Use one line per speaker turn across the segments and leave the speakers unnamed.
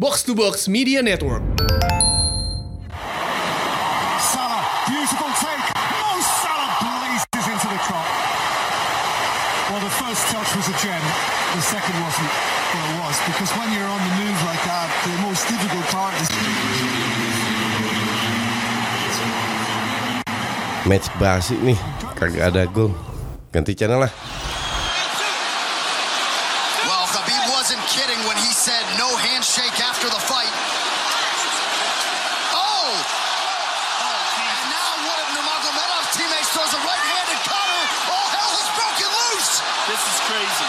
Box to Box Media Network.
Salah, beautiful take. Mo Salah blazes into the top. Well, the first touch was a gem. The second wasn't. Well, it was, because when you're on the move like that, the most difficult part is...
Match basi nih, kagak ada gol. Ganti channel lah.
Well, Khabib wasn't kidding when he said no handshake after the fight. Oh! And now one of Nurmagomedov's teammates throws a right-handed counter. All hell has broken loose!
This is crazy.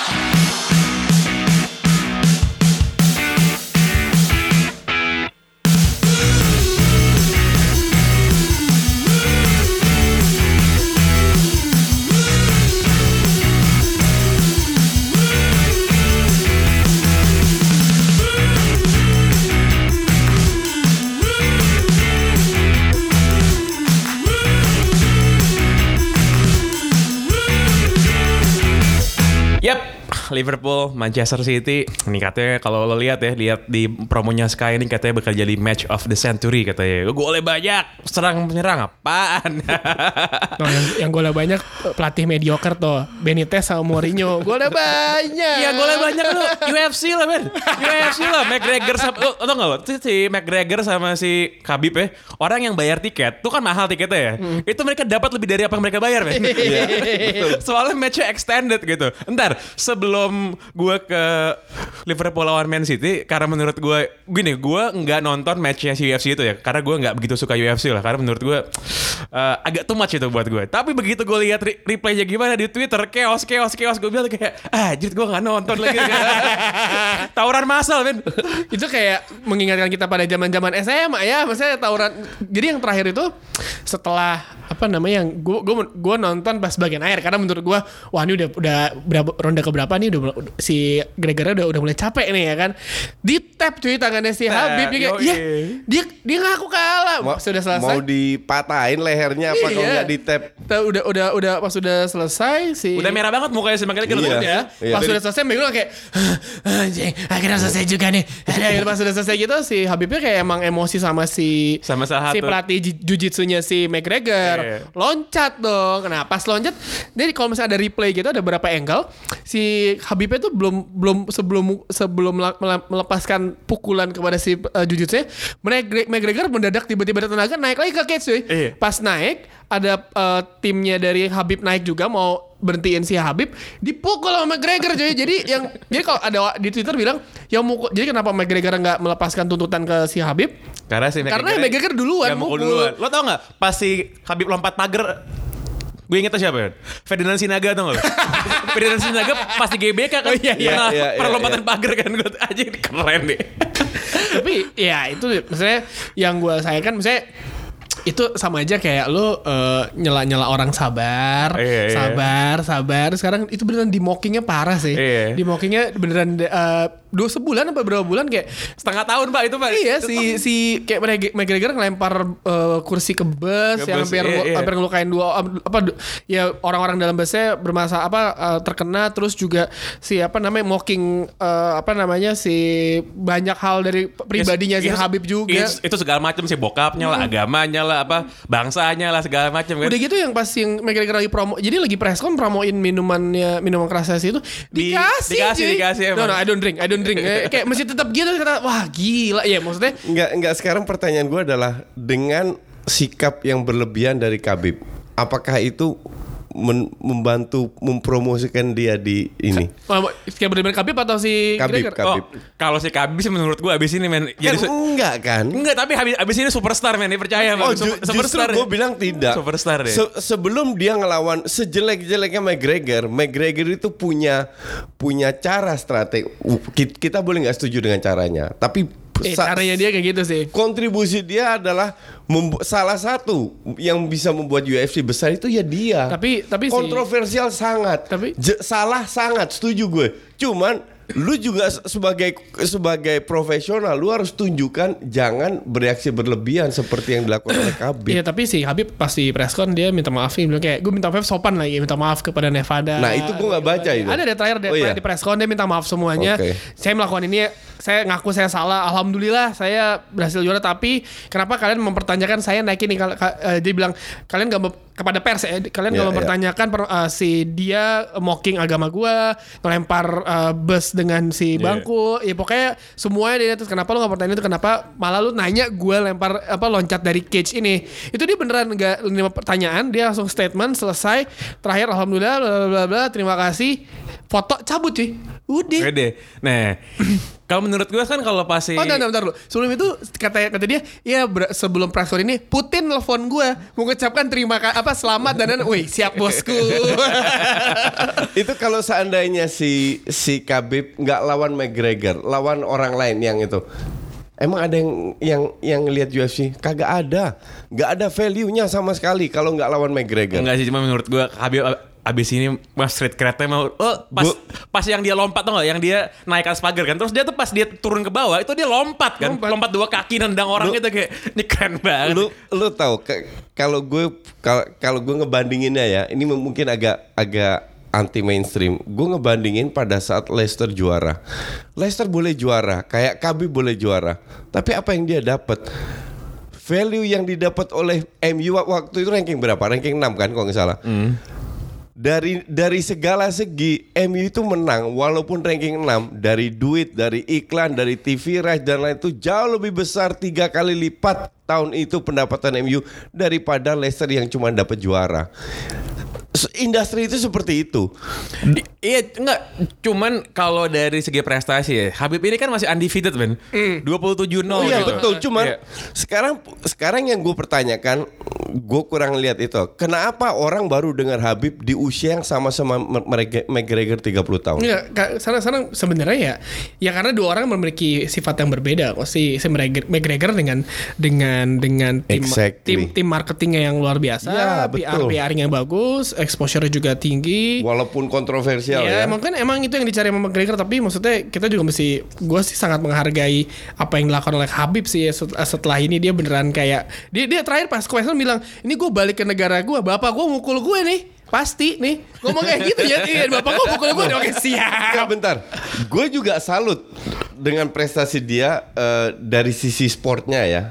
Yap, Liverpool, Manchester City. Ini katanya kalau lo lihat di promonya Sky ini katanya bakal jadi match of the century katanya. Golnya banyak, serang penyerang apaan?
No, yang golnya banyak pelatih mediocre tuh, Benitez sama Mourinho. Golnya banyak.
Iya, golnya banyak lo. UFC lah, men. UFC lah. McGregor sama lo tau gak lo? Si McGregor sama si Khabib ya. Orang yang bayar tiket tuh kan mahal tiketnya ya. Itu mereka dapat lebih dari apa yang mereka bayar, men. Soalnya matchnya extended gitu. Entar sebelum gue ke Liverpool lawan Man City, karena menurut gue gini, gue nggak nonton matchnya si UFC itu ya, karena gue nggak begitu suka UFC lah, karena menurut gue agak too much itu buat gue. Tapi begitu gue lihat replaynya gimana di Twitter, chaos, gue bilang kayak anjir gue nggak nonton lagi. Tawuran massal, men.
Itu kayak mengingatkan kita pada zaman-zaman SMA ya, maksudnya tawuran. Jadi yang terakhir itu setelah apa namanya yang gue nonton pas bagian akhir, karena menurut gue wah ini udah berapa ronde keberapa nih, udah si Gregor udah mulai capek nih ya kan. Di tap cuy tangannya si Khabib dia ngaku kalah. Sudah selesai.
Mau dipatahin lehernya apa kalau nggak di tap?
Udah pas sudah selesai si
udah merah banget mukanya si McGregor
ya. Pas sudah selesai McGregor kayak anjing akhirnya selesai juga nih. Pas sudah selesai gitu si Khabibnya kayak emang emosi sama si pelatih jujitsunya si McGregor. Loncat dong. Kenapa pas loncat? Jadi kalau misalnya ada replay gitu ada berapa angle, si Khabibnya tuh belum sebelum melepaskan pukulan kepada si jujitsunya, McGregor mendadak tiba-tiba ada tenaga naik lagi ke cage cuy. Pas naik ada timnya dari Khabib naik juga mau berhentiin si Khabib, dipukul sama McGregor cuy. Jadi kalau ada di Twitter bilang yang mukul, jadi kenapa McGregor nggak melepaskan tuntutan ke si Khabib?
Karena
McGregor duluan mukul.
Lo tau nggak pas si Khabib lompat pagar, gue ingetnya siapa ya? Ferdinand Sinaga tau gak lo? Ferdinand Sinaga pas di GBK kan pernah lompatan pagar kan. Gue aja keren deh.
Tapi ya itu maksudnya yang gue sayangkan, maksudnya itu sama aja kayak lu nyela-nyela orang sabar. Sekarang itu beneran di mockingnya parah sih. Di mockingnya beneran 2 sebulan apa berapa bulan, kayak
setengah tahun pak itu pak.
Iya si kayak McGregor ngelempar kursi ke bus yang hampir ngelukain ya orang-orang dalam busnya bermasalah terkena. Terus juga si mocking si banyak hal dari pribadinya si Khabib juga.
Itu segala macam sih, bokapnya lah, agamanya lah, bangsanya lah, segala macam kan.
Udah gitu yang pas yang McGregor lagi promo, jadi lagi press con promoin minuman keras itu dikasih emang. No, I don't drink. Kayak masih tetap gitu, kata wah gila ya, maksudnya.
Enggak, sekarang pertanyaan gue adalah dengan sikap yang berlebihan dari Khabib, apakah itu membantu mempromosikan dia di ini?
Kayak bener-bener Khabib atau si
Khabib?
Kalau si Khabib sih menurut gue abis ini men.
Jadi enggak,
tapi abis ini superstar men, percaya men.
Superstar. Gue bilang tidak.
Superstar deh.
Sebelum dia ngelawan sejelek-jeleknya McGregor itu punya cara strategi. Kita boleh nggak setuju dengan caranya, tapi
caranya dia kayak gitu sih.
Kontribusi dia adalah salah satu yang bisa membuat UFC besar itu ya dia.
Tapi
kontroversial sangat. Salah sangat, setuju gue. Cuman lu juga sebagai profesional lu harus tunjukkan, jangan bereaksi berlebihan seperti yang dilakukan oleh Khabib.
Iya, tapi si Khabib pas di presscon dia minta maaf, dia bilang kayak gue minta maaf sopan lagi, minta maaf kepada Nevada.
Nah itu gue nggak baca itu.
Ada terakhir di presscon dia minta maaf semuanya. Saya melakukan ini saya ngaku saya salah. Alhamdulillah saya berhasil juara. Tapi kenapa kalian mempertanyakan saya naikin nih? Dia bilang kalian gak kepada pers ya, kalian gak mempertanyakan si dia mocking agama gue, ngelempar bus dengan si bangku, ya pokoknya semuanya dia. Terus kenapa lu gak pertanyaan itu, kenapa malah lu nanya gue lempar loncat dari cage ini? Itu dia beneran gak nerima pertanyaan, dia langsung statement selesai. Terakhir alhamdulillah bla bla bla, terima kasih. Foto cabut cuy. Udah.
Nah, kalau menurut gue kan kalau pas
bentar lu. Sebelum itu kata dia, ya sebelum press conference ini Putin nelfon gue mengucapkan selamat dan wih siap bosku.
Itu kalau seandainya si Khabib nggak lawan McGregor, lawan orang lain yang itu. Emang ada yang lihat UFC? Kagak ada. Nggak ada value-nya sama sekali kalau nggak lawan McGregor.
Enggak sih, cuma menurut gue Khabib abis ini mas street crednya mau pas yang dia lompat tuh nggak, yang dia naik atas pagar kan, terus dia tuh pas dia turun ke bawah itu dia lompat 2 kaki nendang orang gitu, kayak ini keren banget.
Lu tahu kalau gue ngebandinginnya ya, ini mungkin agak anti mainstream. Gue ngebandingin pada saat Leicester juara. Leicester boleh juara, kayak Khabib boleh juara, tapi apa yang dia dapat? Value yang didapat oleh MU waktu itu ranking berapa? Ranking 6 kan kalau nggak salah. Dari segala segi MU itu menang walaupun ranking 6, dari duit, dari iklan, dari TV rights dan lain itu jauh lebih besar 3 kali lipat tahun itu pendapatan MU daripada Leicester yang cuma dapat juara. Industri itu seperti itu.
Iya, enggak. Cuman kalau dari segi prestasi ya, Khabib ini kan masih undefeated, Ben. 27-0.
Oh iya,
gitu.
betul. Cuman sekarang yang gue pertanyakan, gue kurang lihat itu. Kenapa orang baru dengar Khabib di usia yang sama-sama McGregor 30 tahun?
Iya, sekarang sebenarnya ya karena dua orang memiliki sifat yang berbeda. Si McGregor dengan tim marketingnya yang luar biasa,
ya,
PR-nya yang bagus, exposure juga tinggi.
Walaupun kontroversial ya.
Mungkin emang itu yang dicari sama McGregor, tapi maksudnya kita juga gue sih sangat menghargai apa yang dilakukan oleh Khabib sih. Setelah ini dia beneran kayak dia terakhir pas question bilang, ini gue balik ke negara gue, bapak gue mukul gue nih. Pasti nih ngomong kayak gitu ya. Bapak gue pukul gue. Oke siap.
Nggak, bentar. Gue juga salut dengan prestasi dia dari sisi sportnya ya.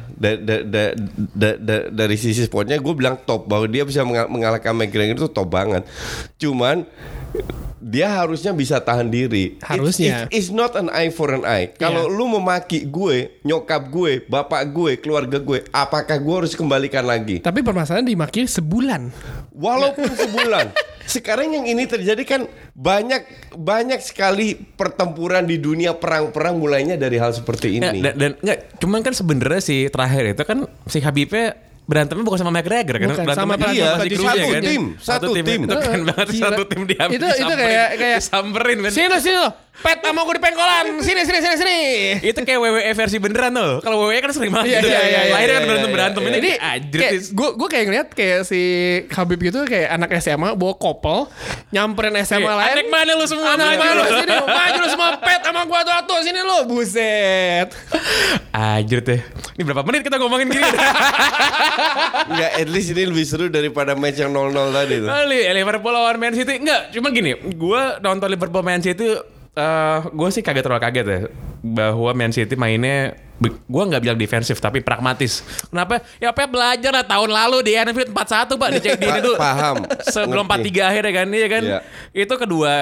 Dari sisi sportnya gue bilang top. Bahwa dia bisa mengalahkan McGregor itu top banget. Cuman dia harusnya bisa tahan diri.
Harusnya.
It's not an eye for an eye. Kalau lu memaki gue, nyokap gue, bapak gue, keluarga gue, apakah gue harus kembalikan lagi?
Tapi permasalahan dimaki sebulan.
Walaupun sebulan. Sekarang yang ini terjadi kan banyak sekali pertempuran di dunia, perang-perang mulainya dari hal seperti ini.
Dan enggak, cuman kan sebenarnya si terakhir itu kan si Khabibnya berantemnya bukan sama McGregor kan?
Bukan, sama
satu tim.
Itu keren banget, satu tim diambil.
Itu kayak
samperin men.
Sini lo. Pet sama gue di pengkolan. Sini.
Itu kayak WWE versi beneran tuh. Kalau WWE kan sering banget gitu. Lahirnya kan berantem. Ini
gue kayak ngeliat kayak si Khabib gitu kayak anak SMA bawa kopel nyamperin SMA lain.
Anak mana lu semua?
Anak mana lu sini? Maju lu semua, Pet sama gue atuh sini lu. Buset.
Anjir teh. Ini berapa menit kita ngomongin gini?
Enggak, at least ini lebih seru daripada match yang 0-0 tadi tuh.
Liverpool lawan Man City. Enggak, cuma gini, gue nonton Liverpool Man City, gue sih terlalu kaget ya bahwa Man City mainnya, gue nggak bilang defensif tapi pragmatis. Kenapa? Ya Pep belajar lah tahun lalu di Anfield 4-1 Pak, dicek di itu.
Paham.
Sebelum 4-3 akhirnya kan, iya kan. Yeah. Itu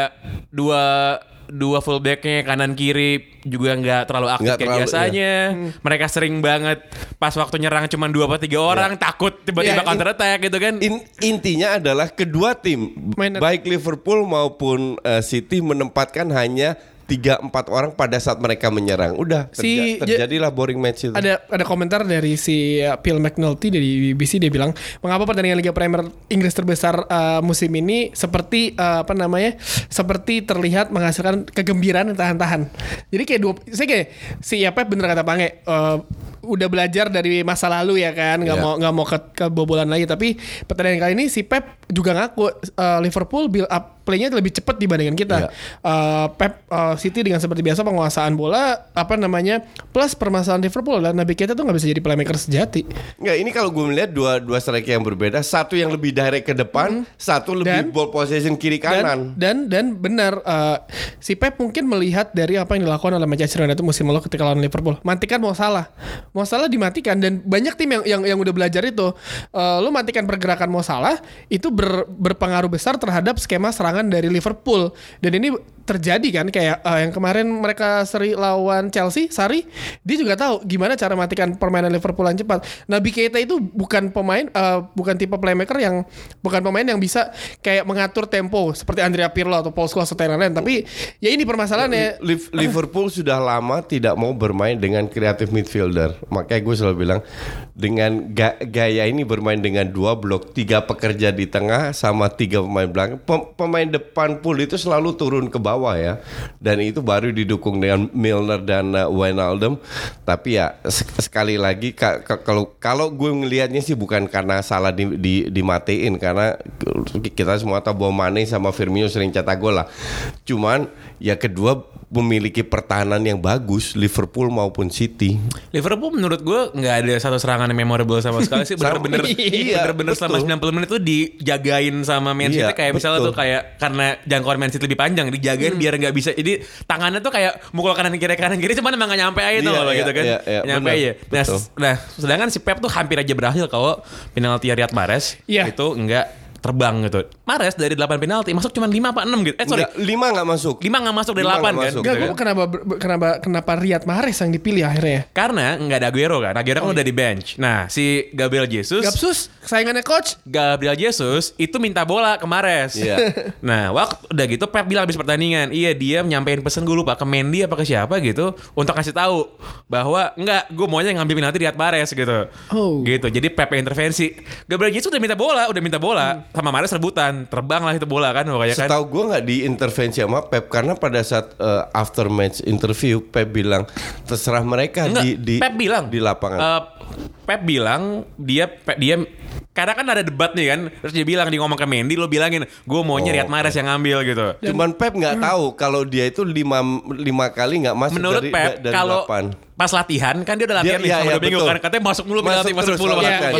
dua fullbacknya kanan kiri juga nggak terlalu aktif kayak biasanya. Mereka sering banget pas waktu nyerang cuma 2-3 orang, takut tiba-tiba counter attack gitu kan.
Intinya adalah kedua tim baik Liverpool maupun City menempatkan hanya 3-4 orang pada saat mereka menyerang. Udah terjadilah boring match itu.
Ada komentar dari si Phil McNulty dari BBC, dia bilang, mengapa pertandingan Liga Premier Inggris terbesar musim ini seperti seperti terlihat menghasilkan kegembiraan yang tahan-tahan. Jadi kayak si Pep bener kata Pange, udah belajar dari masa lalu ya kan, nggak mau kebobolan lagi. Tapi pertandingan kali ini si Pep juga ngaku Liverpool build up playnya lebih cepat dibandingkan kita. Pep City dengan seperti biasa penguasaan bola plus permasalahan Liverpool adalah Naby Keita tuh nggak bisa jadi playmaker sejati.
Nggak, ini kalau gue melihat dua striker yang berbeda, satu yang lebih direct ke depan, satu lebih ball possession kiri kanan.
Dan benar si Pep mungkin melihat dari apa yang dilakukan oleh Manchester United musim lalu ketika lawan Liverpool. Matikan Mo Salah dimatikan, dan banyak tim yang udah belajar itu. Lu matikan pergerakan Mo Salah itu berpengaruh besar terhadap skema serangan dari Liverpool, dan ini terjadi kan kayak yang kemarin mereka seri lawan Chelsea, Sarri dia juga tahu gimana cara matikan permainan Liverpool yang cepat. Naby Keita itu bukan tipe playmaker bukan pemain yang bisa kayak mengatur tempo seperti Andrea Pirlo atau Paul Scholes atau lain-lain, tapi ya ini permasalahannya.
Liverpool sudah lama tidak mau bermain dengan kreatif midfielder, makanya gue selalu bilang dengan gaya ini bermain dengan 2 blok, 3 pekerja di tengah sama 3 pemain belakang. Pemain depan pool itu selalu turun ke bawah ya, dan itu baru didukung dengan Milner dan Wijnaldum. Tapi ya sekali lagi kalau gue ngelihatnya sih bukan karena salah dimatiin, karena kita semua tahu bahwa Mane sama Firmino sering cetak gol lah. Cuman ya kedua memiliki pertahanan yang bagus, Liverpool maupun City.
Liverpool menurut gue nggak ada satu serangan yang memorable sama sekali sih. Bener-bener selama 90 menit tuh dijagain sama Man City, kayak misalnya tuh kayak karena jangkauan Man City lebih panjang dijagain biar nggak bisa. Jadi tangannya tuh kayak mukul kanan kiri cuman emang nggak nyampe aja tuh gitu kan. Nyampe aja. Nah, sedangkan si Pep tuh hampir aja berhasil kalau penalti Riyad Mahrez itu enggak terbang gitu. Mahrez dari 8 penalti masuk cuma 5 apa 6 gitu. 5
enggak masuk.
5 enggak masuk dari 8 kan.
Enggak, gue kenapa Riyad Mahrez yang dipilih akhirnya?
Karena enggak ada Aguero kan. Aguero kan udah di bench. Nah, si Gabriel Jesus saingannya coach. Gabriel Jesus itu minta bola ke Mahrez. Nah, waktu udah gitu Pep bilang habis pertandingan, dia nyampein pesan gue lupa ke Mendy apa ke siapa gitu untuk kasih tahu bahwa enggak, gue maunya ngambil penalti Riyad Mahrez gitu. Gitu. Jadi Pep intervensi. Gabriel Jesus udah minta bola sama Mahrez rebutan, terbang lah itu bola kan pokoknya kan.
Setahu gue nggak diintervensi sama Pep, karena pada saat after match interview Pep bilang terserah mereka.
Pep bilang
di lapangan.
Pep bilang dia karena kan ada debat nih kan, terus dia ngomong ke Mendy, lo bilangin gue maunya Riyad Mahrez yang ngambil gitu.
Cuman Pep nggak tahu kalau dia itu 5 kali nggak masuk.
Menurut
dari
Pep kalau pas latihan kan dia udah latihan nih sama 2 minggu kan, katanya masuk mulu penalti, masuk mulu.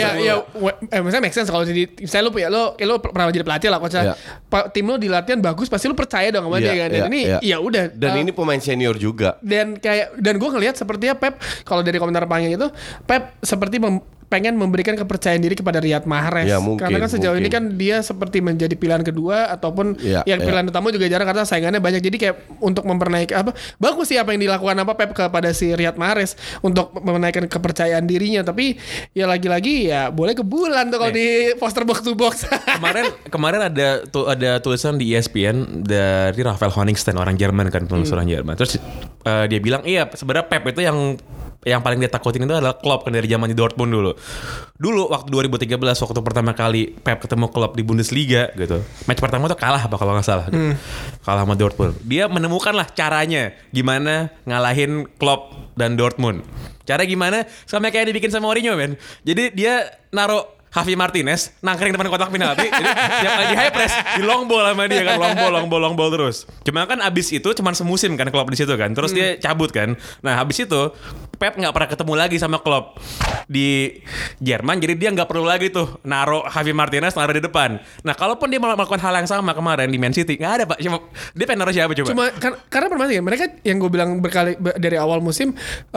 Misalnya make sense kalau misalnya lo pernah jadi pelatih lah coach, tim lo di latihan bagus, pasti lo percaya dong sama dia kan. Dan ini ya udah.
Dan ini pemain senior juga.
Dan gue ngelihat sepertinya Pep kalau dari komentar panjang itu, Pep seperti pengen memberikan kepercayaan diri kepada Riyad Mahrez. Karena kan sejauh ini kan dia seperti menjadi pilihan kedua ataupun pilihan utama juga jarang karena saingannya banyak. Jadi kayak untuk mempernaiki bagus sih apa yang dilakukan Pep kepada si Riyad Mahrez untuk menaikkan kepercayaan dirinya. Tapi ya lagi-lagi ya boleh ke bulan tuh kalau di poster box to box.
Kemarin ada tulisan di ESPN dari Raphael Honigstein, orang Jerman kan, penulis orang Jerman. Terus dia bilang sebenarnya Pep itu yang paling dia takutin itu adalah Klopp kan dari zaman di Dortmund dulu. Dulu waktu 2013 waktu pertama kali Pep ketemu Klopp di Bundesliga gitu. Match pertama tuh kalah kalau nggak salah. Gitu. Kalah sama Dortmund. Dia menemukan lah caranya gimana ngalahin Klopp dan Dortmund. Cara gimana? Sama kayak dibikin sama Mourinho men. Jadi dia naruh Javi Martinez nangkring depan kotak penalti. Jadi tiap kali di high press di long ball sama dia kan, long ball terus. Cuma kan abis itu cuma semusim kan Klopp di situ kan. Terus dia cabut kan. Nah, habis itu Pep nggak pernah ketemu lagi sama Klopp di Jerman, jadi dia nggak perlu lagi tuh naruh Javi Martinez naruh di depan. Nah, kalaupun dia melakukan hal yang sama kemarin di Man City, nggak ada Pak. Dia pengen naruh siapa coba?
Cuma karena permasalahan mereka yang gue bilang dari awal musim,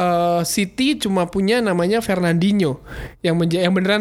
City cuma punya namanya Fernandinho yang beneran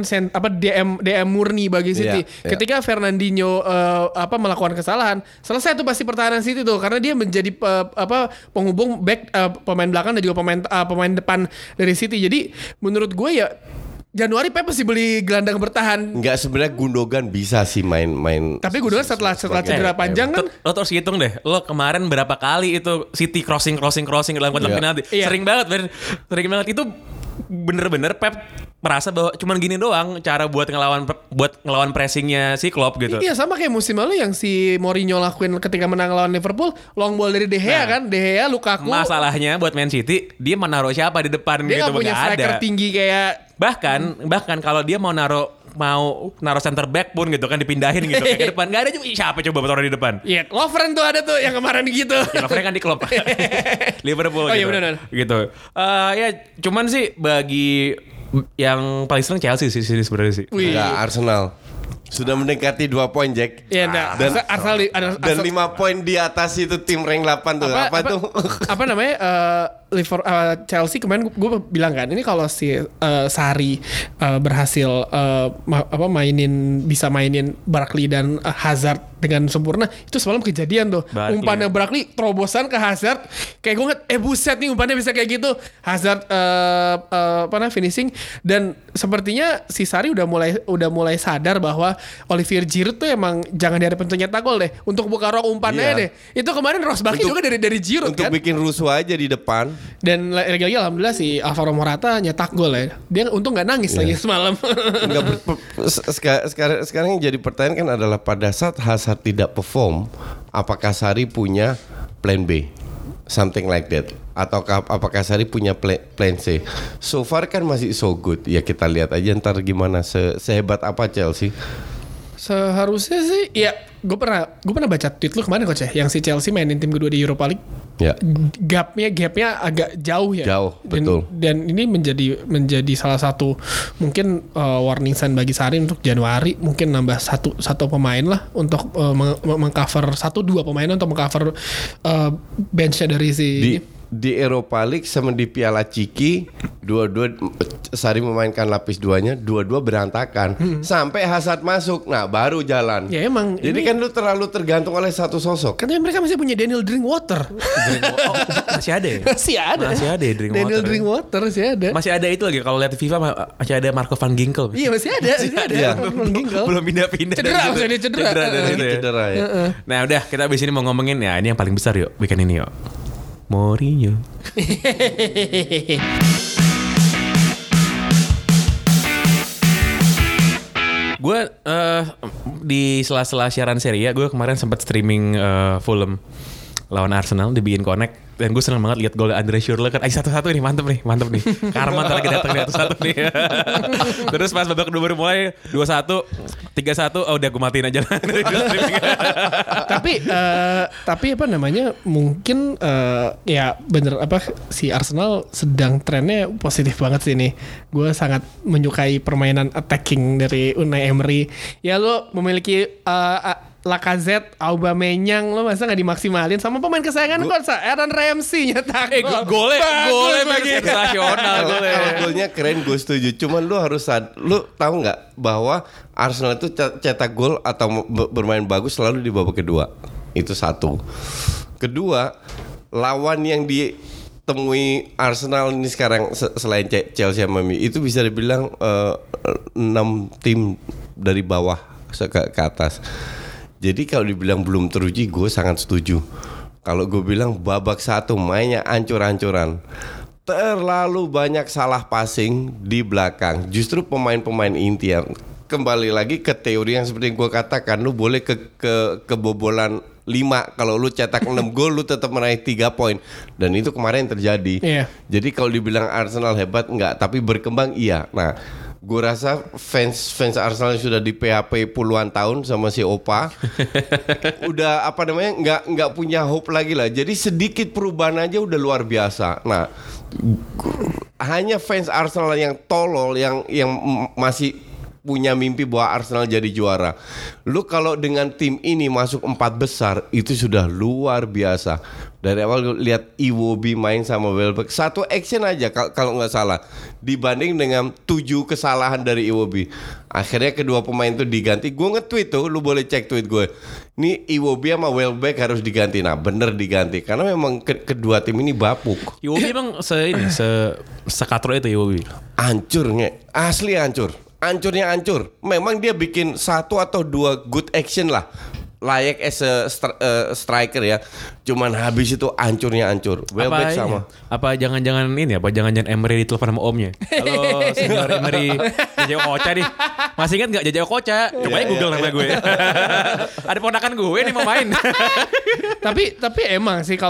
DM murni bagi City. Ketika Fernandinho melakukan kesalahan, selesai tuh pasti pertahanan City tuh, karena dia menjadi penghubung back pemain belakang dan juga pemain depan dari City. Jadi menurut gue ya Januari Pep pasti beli gelandang bertahan.
Enggak, sebenarnya Gundogan bisa sih main.
Tapi Gundogan setelah cedera panjang kan.
Lo terus hitung deh. Lo kemarin berapa kali itu City crossing dalam kotak penalti. Sering banget Ben. Sering banget itu bener-bener Pep merasa bahwa cuman gini doang cara buat ngelawan pressingnya si Klopp gitu.
Iya, sama kayak musim lalu yang si Mourinho lakuin ketika menang lawan Liverpool, long ball dari De Gea kan, De Gea, Lukaku.
Masalahnya buat Man City, dia menaruh siapa di depan
dia
gitu,
gak punya striker tinggi kayak
bahkan kalau dia mau naruh mau naruh center back pun gitu kan dipindahin gitu ke depan. Gak ada juga siapa coba taruh di depan.
Iya, Lovren tuh ada tuh yang kemarin gitu.
Ya, Lovren kan di klub Liverpool
gitu.
Iya
benar.
Gitu. Ya cuman sih bagi yang paling seneng Chelsea sih sebenarnya sih.
Enggak, Arsenal. Sudah mendekati 2 poin Jack.
Iya, dan Arsenal
dan 5 poin di atas itu tim rank 8 tuh. Apa tuh?
Apa namanya? Chelsea kemarin gue bilang kan, ini kalau si Sarri berhasil bisa mainin Barkley dan Hazard dengan sempurna, itu semalam kejadian tuh. Umpannya Barkley terobosan ke Hazard, kayak gue ngeliat buset nih umpannya bisa kayak gitu. Hazard finishing, dan sepertinya si Sarri udah mulai sadar bahwa Olivier Giroud tuh emang jangan diharapin untuk nyetak gol deh, untuk buka ruang umpannya deh. Itu kemarin Ross Barkley juga dari Giroud
untuk
kan,
bikin rusuh aja di depan.
Dan lagi-lagi alhamdulillah si Alvaro Morata nyetak gol ya. Dia untung nggak nangis lagi semalam.
Sekarang yang jadi pertanyaan kan adalah pada saat Hazard tidak perform, apakah Sarri punya plan B? Something like that. Atau apakah Sarri punya plan C? So far kan masih so good. Ya kita lihat aja ntar gimana sehebat apa Chelsea.
Seharusnya sih ya, gue pernah baca tweet lu kemarin Coach ya, yang si Chelsea mainin tim kedua di Europa League.
Ya.
Gapnya agak jauh ya.
Jauh, betul.
Dan ini menjadi salah satu mungkin warning sign bagi Sarri untuk Januari, mungkin nambah satu pemain lah untuk mengcover 1-2 pemain untuk mengcover benchnya dari si
di Europa League sama di Piala Ciki, dua-dua Sarri memainkan lapis 2-nya, dua-dua berantakan. Sampai Hazard masuk, nah baru jalan.
Ya emang.
Jadi kan lu terlalu tergantung oleh satu sosok.
Katanya mereka masih punya Daniel Drinkwater.
Masih ada ya?
Masih ada Drinkwater. Daniel Drinkwater masih ada.
Masih ada itu lagi, kalau lihat di FIFA masih ada Marco van Ginkel.
Iya masih ada. Van Ginkel.
Belum pindah-pindah.
Cedera ya.
Nah udah, kita abis ini mau ngomongin ya ini yang paling besar yuk weekend ini yuk. Mourinho. Gue di sela-sela siaran Serie A, gue kemarin sempat streaming Fulham lawan Arsenal di Bein Connect. Dan gue seneng banget lihat gol Andre Schürrle kan. 1-1 nih, mantep nih. Karma ntar lagi datang nih 1-1 nih. Terus pas babak kedua baru mulai 2-1, 3-1, udah gue matiin aja lah.
Tapi apa namanya, mungkin ya bener si Arsenal sedang trennya positif banget sih nih. Gue sangat menyukai permainan attacking dari Unai Emery. Ya lo memiliki Lacazette, Aubameyang, lo masa gak dimaksimalin sama pemain kesayangan lo, Aaron Ramsey nyetak
golnya bagi sensasional.
Kalau golnya keren, gue setuju. Cuman lu tahu nggak bahwa Arsenal itu cetak gol atau bermain bagus selalu di babak kedua. Itu satu. Kedua, lawan yang ditemui Arsenal ini sekarang selain Chelsea sama MU itu bisa dibilang 6 tim dari bawah ke atas. Jadi kalau dibilang belum teruji, gue sangat setuju. Kalau gue bilang babak 1 mainnya ancur-ancuran, terlalu banyak salah passing di belakang. Justru pemain-pemain inti yang kembali lagi ke teori yang seperti gue katakan, lu boleh kebobolan 5, kalau lu cetak 6 gol lu tetap meraih 3 poin. Dan itu kemarin terjadi. Jadi kalau dibilang Arsenal hebat enggak, tapi berkembang iya. Nah, gue rasa fans Arsenal yang sudah di PHP puluhan tahun sama si Opa udah nggak punya hope lagi lah. Jadi sedikit perubahan aja udah luar biasa. Nah, hanya fans Arsenal yang tolol yang masih punya mimpi bahwa Arsenal jadi juara. Lu kalau dengan tim ini masuk 4 besar itu sudah luar biasa. Dari awal lihat Iwobi main sama Welbeck, 1 action aja kalau nggak salah, dibanding dengan 7 kesalahan dari Iwobi. Akhirnya kedua pemain itu diganti. Gue nge-tweet tuh, lu boleh cek tweet gue. Ini Iwobi sama Welbeck harus diganti. Nah bener diganti karena memang kedua tim ini bapuk.
Iwobi emang sekatro itu Iwobi.
Hancurnya, asli hancur. Hancurnya hancur. Memang dia bikin 1 atau 2 good action lah, layak as a striker ya. Cuman habis itu hancurnya hancur. Welbeck sama.
Apa jangan-jangan ini? Apa jangan-jangan Emery ditelepon sama omnya? Halo senior Emery, Jaja Okocha nih. Masih ingat nggak Jaja Okocha? Coba aja Google nama gue. Ada ponakan gue nih mau main.
tapi emang sih kalau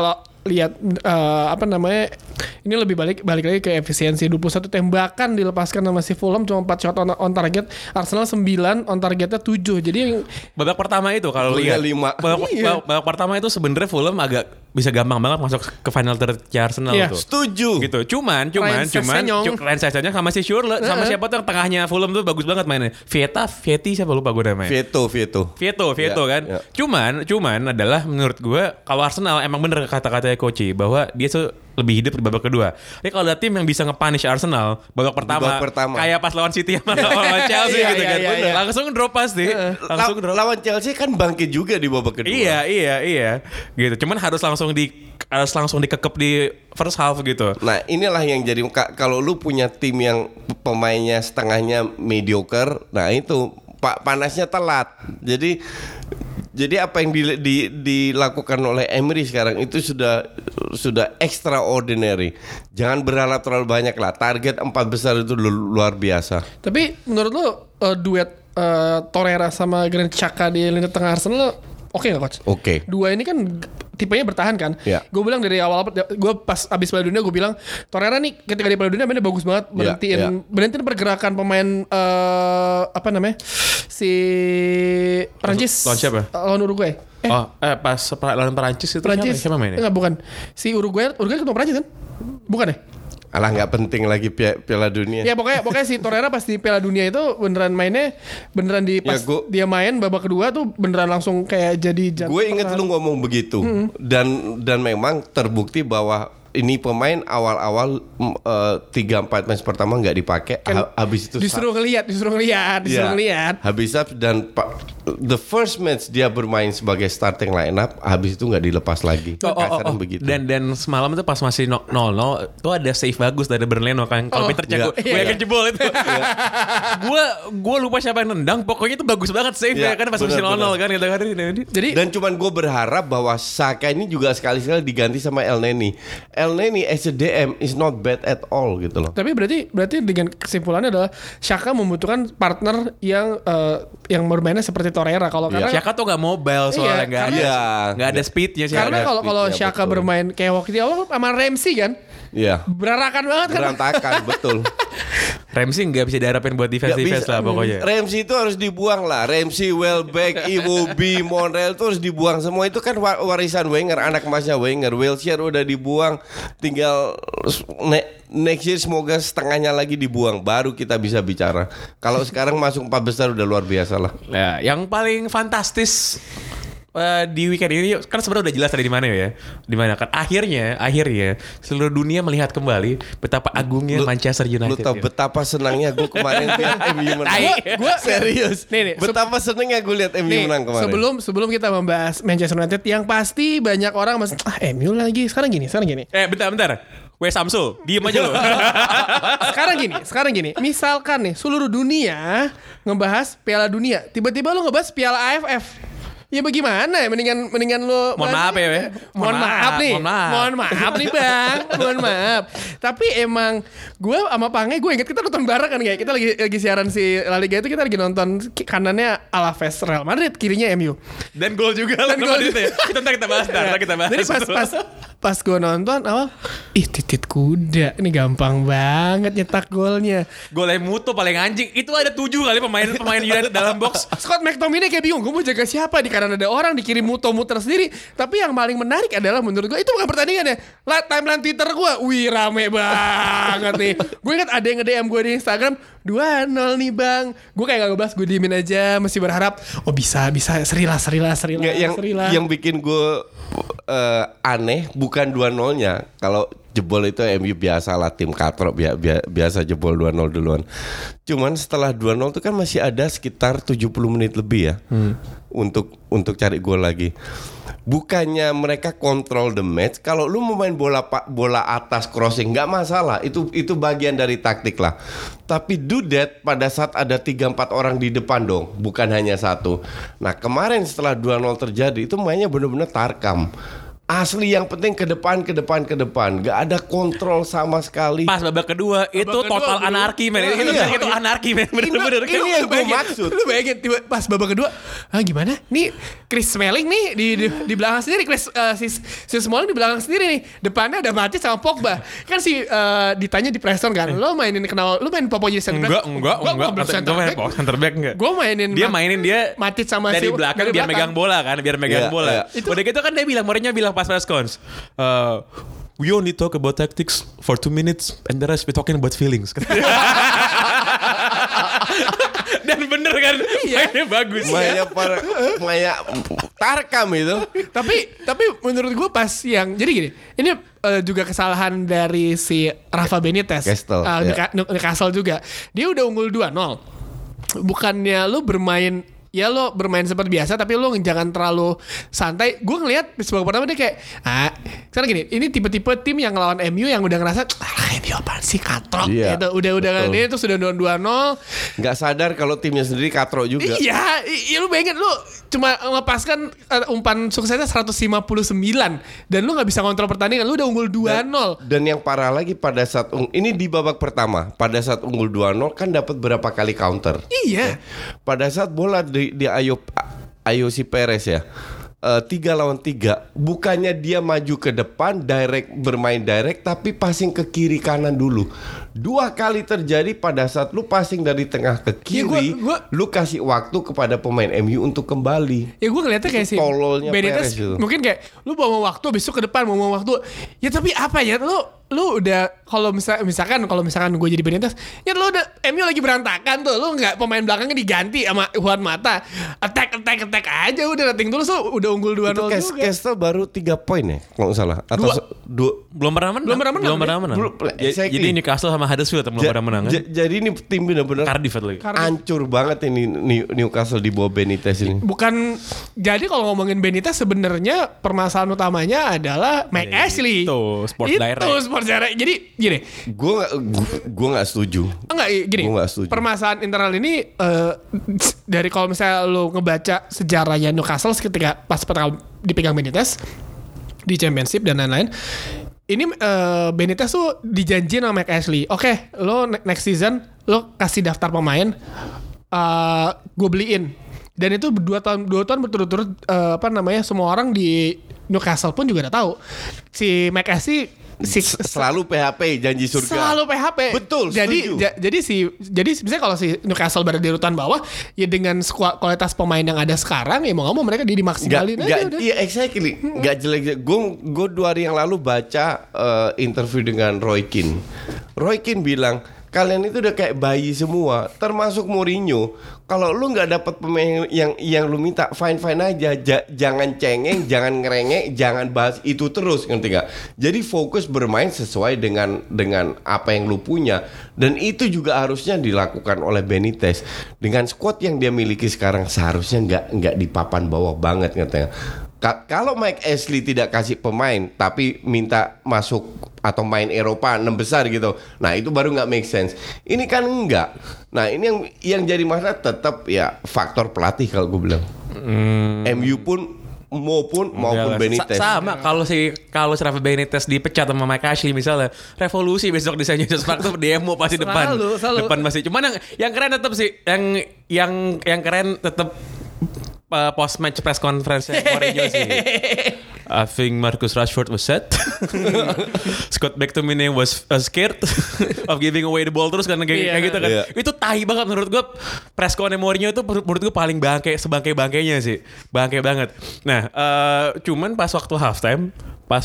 lihat ini lebih balik lagi ke efisiensi. 21 tembakan dilepaskan sama si Fulham cuma 4 shot on target. Arsenal 9 on targetnya 7. Jadi yang
babak pertama itu kalau lihat
5.
Babak pertama itu sebenarnya Fulham agak bisa gampang banget masuk ke final third Arsenal tuh.
Setuju.
Gitu. Cuman Ryan Sessegnon sama si Schürrle sama siapa tuh yang tengahnya Fulham tuh bagus banget mainnya. Vietti siapa lupa gue namanya. Vieto kan. Ya. Cuman adalah menurut gue kalau Arsenal emang bener kata-katanya Koci bahwa dia tuh lebih hidup di babak kedua. Tapi kalau ada tim yang bisa nge-punish Arsenal babak pertama kayak pas lawan City sama lawan Chelsea gitu kan. Langsung drop pasti.
Lawan Chelsea kan bangkit juga di babak kedua.
Iya. Gitu. Cuman harus langsung dikekep di first half gitu.
Nah, inilah yang jadi kalau lu punya tim yang pemainnya setengahnya mediocre, nah itu panasnya telat. Jadi apa yang dilakukan oleh Emery sekarang itu sudah extraordinary. Jangan berharap terlalu banyak lah. Target 4 besar itu luar biasa.
Tapi menurut lo duet Torreira sama Granit Xhaka di lini tengah Arsenal oke nggak coach?
Oke.
Dua ini kan tipenya bertahan kan?
Ya.
Gue bilang dari awal, gue pas abis Piala Dunia gue bilang Torreira nih ketika di Piala Dunia mainnya bagus banget, berhentiin pergerakan pemain si Prancis.
Lawan siapa?
Lawan Uruguay.
Pas lawan Prancis itu siapa mainnya?
Enggak, bukan. Si Uruguay ketemu Prancis kan? Bukan ya?
Alah, nggak penting lagi Piala Dunia.
Ya pokoknya si Torreira pas di Piala Dunia itu beneran mainnya dia main babak kedua tuh beneran langsung kayak jadi.
Gue inget lu ngomong begitu dan memang terbukti bahwa ini pemain awal-awal 3-4 match pertama nggak dipakai, habis itu
disuruh ngeliat.
Habis dan the first match dia bermain sebagai starting lineup, habis itu nggak dilepas lagi. Begitu.
Dan semalam itu pas masih 0-0 tuh ada save bagus dari Bernardo kan. Kalau Peter Cech gue yakin jebol itu. Gue lupa siapa yang nendang, pokoknya itu bagus banget save ya kan pas masih 0-0 kan gitu kan.
Jadi dan cuman gue berharap bahwa Saka ini juga sekali-sekali diganti sama El Neni as a DM is not bad at all gitu loh.
Tapi berarti dengan kesimpulannya adalah Xhaka membutuhkan partner yang bermainnya seperti Torreira. Kalau karena
Xhaka tuh gak mobile soalnya nggak ada speednya sih.
Karena kalau Xhaka bermain kayak waktu di awal sama Ramsey kan, berantakan banget kan.
Berantakan betul.
Ramsey nggak bisa diharapin buat defense lah pokoknya.
Ramsey itu harus dibuang lah. Ramsey, Welbeck, Iwobi, Monreal itu harus dibuang semua. Itu kan warisan Wenger, anak emasnya Wenger. Wilshere udah dibuang, tinggal next year semoga setengahnya lagi dibuang, baru kita bisa bicara. Kalau sekarang masuk 4 besar udah luar biasa lah.
Nah, yang paling fantastis di weekend ini kan sebenarnya udah jelas tadi di mana kan akhirnya seluruh dunia melihat kembali betapa agungnya Manchester United.
Lu tau betapa senangnya gue kemarin lihat MU menang. Gue serius. Betapa senangnya gue lihat MU menang kemarin.
Sebelum kita membahas Manchester United yang pasti banyak orang masih MU lagi. Sekarang gini.
Bentar. Samsul, diem aja lo.
Sekarang gini. Misalkan nih seluruh dunia ngebahas Piala Dunia, tiba-tiba lu ngebahas Piala AFF. Ya bagaimana ya, mendingan lu
Mohon maaf
nih Bang. Mohon maaf. Tapi emang gue sama Pange, gue inget kita nonton bareng kan, kayak kita lagi siaran si La Liga itu, kita lagi nonton kanannya Alaves Real Madrid, kirinya MU.
Dan gol juga. Itu ntar kita bahas.
Jadi pas gue nonton awal, titit kuda, ini gampang banget nyetak golnya.
Golnya Muto paling anjing. Itu ada 7 kali pemain United dalam box.
Scott McTominay kayak bingung, gue mau jaga siapa di karena ada orang dikirim Muto muter sendiri. Tapi yang paling menarik adalah menurut gue itu bukan pertandingan ya. Timeline Twitter gue, rame banget nih. Gue ingat ada yang nge-DM gue di Instagram, 2-0 nih Bang. Gue kayak gak ngebahas, gue diemin aja, masih berharap bisa serilah.
Yang bikin gue aneh bukan 2-0-nya. Kalau jebol itu MU biasa lah, tim katrok biasa jebol 2-0 duluan. Cuman setelah 2-0 itu kan masih ada sekitar 70 menit lebih ya untuk cari gol lagi. Bukannya mereka kontrol the match. Kalau lu mau main bola atas crossing nggak masalah, itu bagian dari taktik lah. Tapi do that pada saat ada 3-4 orang di depan dong, bukan hanya satu. Nah kemarin setelah 2-0 terjadi itu mainnya benar-benar tarkam. Asli, yang penting ke depan. Gak ada kontrol sama sekali.
Pas babak kedua itu total anarki men. Itu anarki men. Bener-bener.
Ini yang gue maksud.
Lu bayangin pas babak kedua, gimana? Nih Chris Smalling nih di belakang sendiri, si Smalling di belakang sendiri nih. Depannya ada Matip sama Pogba. Kan ditanya di press kan, lo mainin lu main posisi center back?
Enggak. Gue center back enggak.
Gue mainin
dia
Matip sama
dari belakang biar megang bola kan, bola. Udah gitu kan Mourinho bilang pas press conference, we only talk about tactics for 2 minutes and the rest we talking about feelings. Dan bener kan, mainnya bagus.
Mainnya tarkam itu.
Tapi menurut gue pas yang jadi gini, ini juga kesalahan dari si Rafa Benitez, Newcastle juga. Dia udah unggul 2-0. Bukannya lu bermain seperti biasa, tapi lu jangan terlalu santai. Gue ngelihat di babak pertama dia kayak, sekarang gini, ini tipe-tipe tim yang ngelawan MU yang udah ngerasa, MU apaan sih katrok gitu. Udah dia tuh sudah 2-0.
Nggak sadar kalau timnya sendiri katrok juga.
Iya, lu bayangin lu cuma melepaskan umpan suksesnya 159 dan lu nggak bisa kontrol pertandingan, lu udah unggul 2-0.
Dan yang parah lagi pada saat ini di babak pertama, pada saat unggul 2-0 kan dapat berapa kali counter.
Iya.
Pada saat bola di Ayo si Perez ya, 3 lawan 3, bukannya dia maju ke depan bermain direct, tapi passing ke kiri kanan dulu. 2 kali terjadi pada saat lu passing dari tengah ke kiri, lu kasih waktu kepada pemain MU untuk kembali.
Ya gue ngeliatnya kayak sih Benitez mungkin kayak lu bawa waktu, besok ke depan bawa waktu. Ya tapi apa ya, lu udah kalau misalkan gue jadi Benitez, ya lu udah MU lagi berantakan tuh, lu nggak pemain belakangnya diganti sama Juan Mata, attack aja udah rating dulu, udah unggul 2-0 juga.
Castle baru 3 poin ya kalau nggak salah, atau 2
belum pernah menang. Jadi Newcastle sama Huddersfield belum pernah menang.
Jadi ini tim benar-benar
Cardiff lagi.
Hancur banget ini Newcastle di bawah Benitez ini.
Bukan, jadi kalau ngomongin Benitez sebenarnya permasalahan utamanya adalah Mike Ashley.
Itu Sports Direct.
Jadi gini,
gue nggak setuju.
Enggak gini. Permasalahan internal ini dari kalau misalnya lo ngebaca sejarahnya Newcastle ketika pas pertama dipegang Benitez di Championship dan lain-lain. Ini Benitez tuh dijanjiin sama Mike Ashley. Oke, lo next season lo kasih daftar pemain, gue beliin. Dan itu 2 tahun berturut-turut semua orang di Newcastle pun juga udah tahu si Mike Ashley
selalu PHP, janji surga.
Selalu PHP.
Betul.
Jadi misalnya kalau si Newcastle berada di urutan bawah, ya dengan kualitas pemain yang ada sekarang, ya mau nggak mau mereka dimaksimalin aja.
Iya, exactly. Nggak jelek. Gue 2 hari yang lalu baca interview dengan Roy Keane. Roy Keane bilang, kalian itu udah kayak bayi semua, termasuk Mourinho. Kalau lu nggak dapat pemain yang lu minta, fine aja. Jangan cengeng, jangan ngerengek, jangan bahas itu terus, ngerti gak? Jadi fokus bermain sesuai dengan apa yang lu punya. Dan itu juga harusnya dilakukan oleh Benitez. Dengan squad yang dia miliki sekarang, seharusnya nggak di papan bawah banget, ngerti gak? Kalau Mike Ashley tidak kasih pemain tapi minta masuk atau main Eropa 6 besar gitu, nah itu baru nggak make sense. Ini kan enggak. Nah ini yang jadi masalah tetap ya faktor pelatih kalau gue bilang. MU pun maupun Benitez.
Sama kalau Rafa Benitez dipecat sama Mike Ashley misalnya, revolusi besok di San Jose Park demo pasti selalu. Depan masih. Cuman yang keren tetap sih yang keren tetap post match press conference Mourinho sih. I think Marcus Rashford was sad. Scott McTominay was scared of giving away the ball terus kan kayak gitu kan. Itu tai banget menurut gue. Press conference Mourinho itu menurut gue paling sebangke-bangkainya sih. Bangke banget. Nah, cuman pas waktu halftime, pas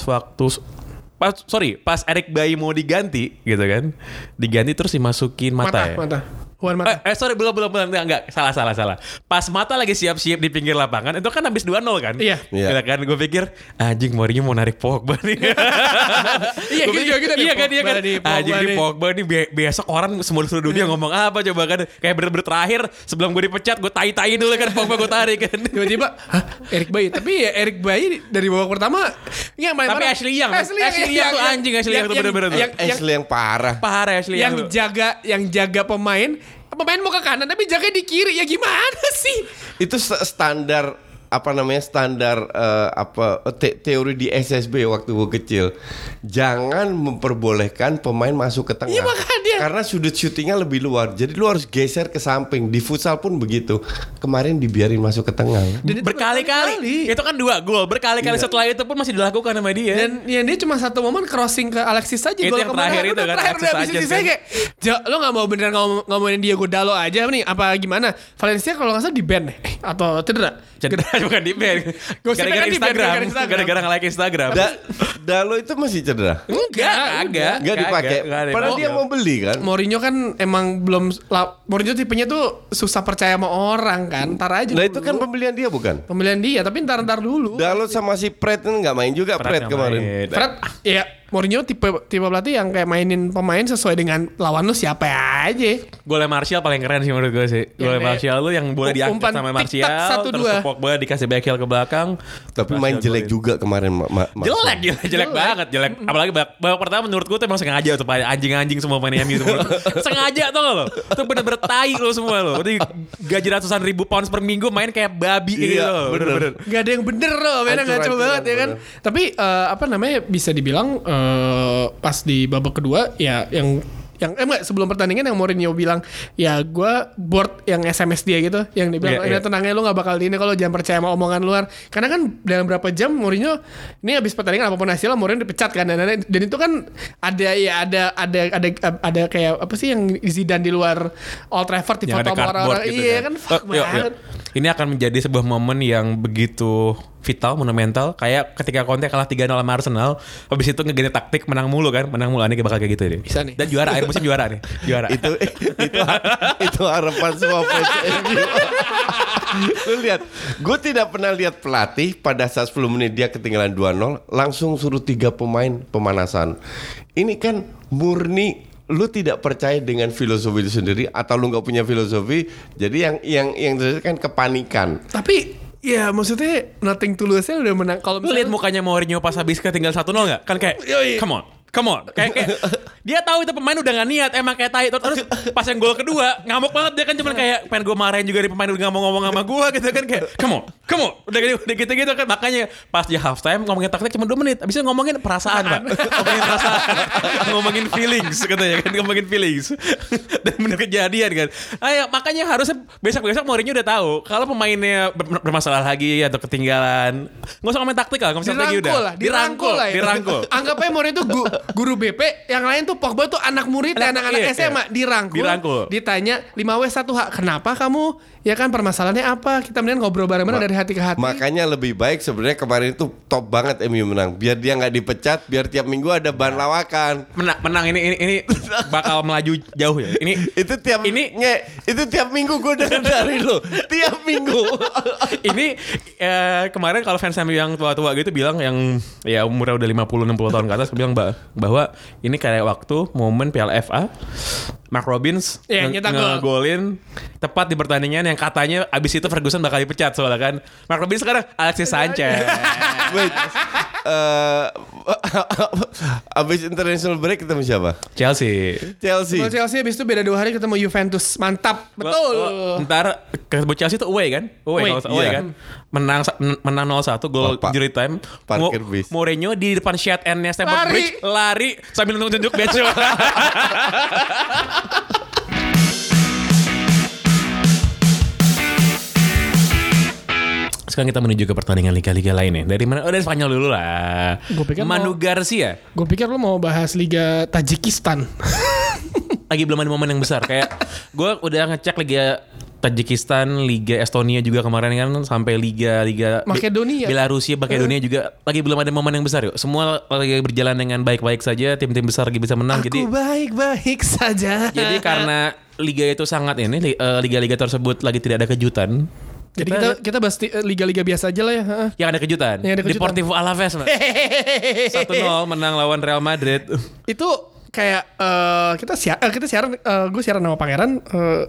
Eric Bailly mau diganti gitu kan. Diganti terus dimasukin Mata. Juan Mata. Belum enggak, salah. Pas Mata lagi siap-siap di pinggir lapangan, itu kan habis 2-0 kan? Iya. Gitu kan, gue pikir anjing Mourinho mau narik Pogba nih. Iya kan. Anjing di Pogba nih besok orang seluruh dunia ngomong apa coba kan? Kayak bener-bener terakhir sebelum gue dipecat, gue tai-tai dulu kan Pogba gue tarik kan.
Tiba-tiba, Eric Bailly. Tapi ya Eric Bailly dari babak pertama
tapi Ashley Young tuh anjing, Ashley Young tuh bener-bener.
Ashley yang parah
Ashley
yang jaga pemain mau ke kanan tapi jaga di kiri, ya gimana sih?
Itu standar standar teori di SSB waktu gue kecil. Jangan memperbolehkan pemain masuk ke tengah.
Iya, makanya.
Karena sudut syutingnya lebih luar. Jadi lu harus geser ke samping. Di futsal pun begitu. Kemarin dibiarin masuk ke tengah.
Berkali-kali. Itu kan 2 gol. Berkali-kali setelah itu pun masih dilakukan sama dia.
Dan ya dia cuma satu momen crossing ke Alexis aja.
Itu yang terakhir itu kan.
Terakhir udah habis saya kayak, lo gak mau beneran ngomongin Diego Dalo aja nih? Apa gimana? Valencia kalau gak salah di ban atau cedera
bukan di ban. Gara-gara Instagram. Gara-gara nge-like Instagram.
Dalo itu masih cedera?
Enggak
dipakai. Padahal dia mau beli kan.
Mourinho kan emang belum. Mourinho tipenya tuh susah percaya sama orang kan. Ntar aja.
Nah itu kan pembelian dia bukan?
Pembelian dia, tapi ntar dulu.
Dalo sama si Fred nggak main juga. Fred kemarin.
Fred, ya Mourinho tipe pelatih yang kayak mainin pemain sesuai dengan lawan lu siapa aja.
Golnya Martial paling keren sih menurut gue sih. Golnya Martial lu yang boleh diangkat sama Martial, terus ke Pogba dikasih back heel ke belakang.
Tapi main jelek juga kemarin.
Jelek banget, jelek. Apalagi babak pertama menurut gue tuh emang sengaja tuh anjing-anjing semua pemain MU semua. Sengaja tuh lo. Itu bener-bener tai lo semua lo. Berarti gaji ratusan ribu pounds per minggu main kayak babi gitu loh. Bener-bener.
Gak ada yang bener loh, mainnya ngaco banget ya kan. Tapi bisa dibilang pas di babak kedua ya yang sebelum pertandingan yang Mourinho bilang ya gue board yang SMS dia gitu yang dia bilang tenangnya lu gak bakal ini kalau jangan percaya sama omongan luar karena kan dalam berapa jam Mourinho ini habis pertandingan apapun hasilnya Mourinho dipecat kan dan itu kan ada kayak apa sih yang Zidane di luar Old Trafford di foto orang-orang
gitu
iya kan fuck banget.
Ini akan menjadi sebuah momen yang begitu vital, monumental. Kayak ketika Conte kalah 3-0 sama Arsenal. Habis itu ngeganti taktik menang mulu. Ini bakal kayak gitu deh.
Bisa nih.
Dan juara, akhir musim juara nih. Juara.
Itu harapan semua fans MU. Lu lihat, gue tidak pernah lihat pelatih pada saat 10 menit dia ketinggalan 2-0 langsung suruh 3 pemain pemanasan. Ini kan murni lu tidak percaya dengan filosofi itu sendiri atau lu nggak punya filosofi, jadi yang terjadi kan kepanikan.
Tapi ya maksudnya nothing tulusnya udah menang. Kalau
lu lihat mukanya Mourinho pas habis ketinggal 1-0 nggak? Kan kayak come on. Kayak dia tahu itu pemain udah gak niat, emang kayak tai. Terus pas yang gol kedua ngamuk banget dia kan cuman kayak pengen gue marahin juga di pemain udah gak mau ngomong sama gue gitu kan kayak come on. Udah gitu kan makanya pas di half time ngomongin taktik cuma 2 menit. Abis itu ngomongin perasaan Pak. Ngomongin perasaan. Ngomongin feelings katanya kan, ngomongin feelings. Dan bener kejadian kan. Makanya harusnya besok-besok Mourinho udah tahu kalau pemainnya bermasalah lagi atau ketinggalan. Gak usah ngomongin taktik lah, ngomongin lagi udah.
Dirangkul. Anggap aja Mourinho itu guru BP, yang lain tuh Pogba tuh anak murid, anak-anak SMA dirangkul. Ditanya 5W1H, kenapa kamu? Ya kan permasalahannya apa? Kita mendingan ngobrol bareng-bareng dari hati ke hati.
Makanya lebih baik sebenarnya kemarin itu top banget MU menang. Biar dia nggak dipecat, biar tiap minggu ada bahan lawakan.
Menang ini bakal melaju jauh ya.
Itu tiap minggu gue dengar dari lo. Tiap minggu.
Ini kemarin kalau fans MU yang tua-tua gitu bilang yang ya umurnya udah 50-60 tahun ke atas bilang bahwa ini kayak waktu momen Piala FA Mark Robbins ngegolin tepat di pertandingan yang katanya abis itu Ferguson bakal dipecat soalnya kan. Mark Robbins sekarang Alexis Sanchez.
Wait, abis international break ketemu siapa?
Chelsea
abis itu beda 2 hari ketemu Juventus. Mantap. Betul.
Ntar ketemu Chelsea itu away kan? Away kan? Menang 0-1 gol injury time.
Parkir bis.
Mourinho di depan Shed End-nya Stamford Bridge lari sambil nunjuk badge. Sekarang kita menuju ke pertandingan liga-liga lain nih. Dari mana? Dari Spanyol dulu lah. Manu Garcia.
Gue pikir lo mau bahas Liga Tajikistan.
Lagi belum ada momen yang besar. Kayak gue udah ngecek Liga Tajikistan, Liga Estonia juga kemarin kan, sampai Liga
Makedonia,
Belarusia, Makedonia juga lagi belum ada momen yang besar yuk. Semua lagi berjalan dengan baik-baik saja, tim-tim besar lagi bisa menang.
Aku baik-baik saja.
Jadi karena liga itu sangat liga-liga tersebut lagi tidak ada kejutan.
Jadi kita bahas liga-liga biasa aja lah ya.
Yang ada kejutan. Deportivo Alaves 1-0 menang lawan Real Madrid.
Itu kayak kita siaran, gue siaran sama Pangeran,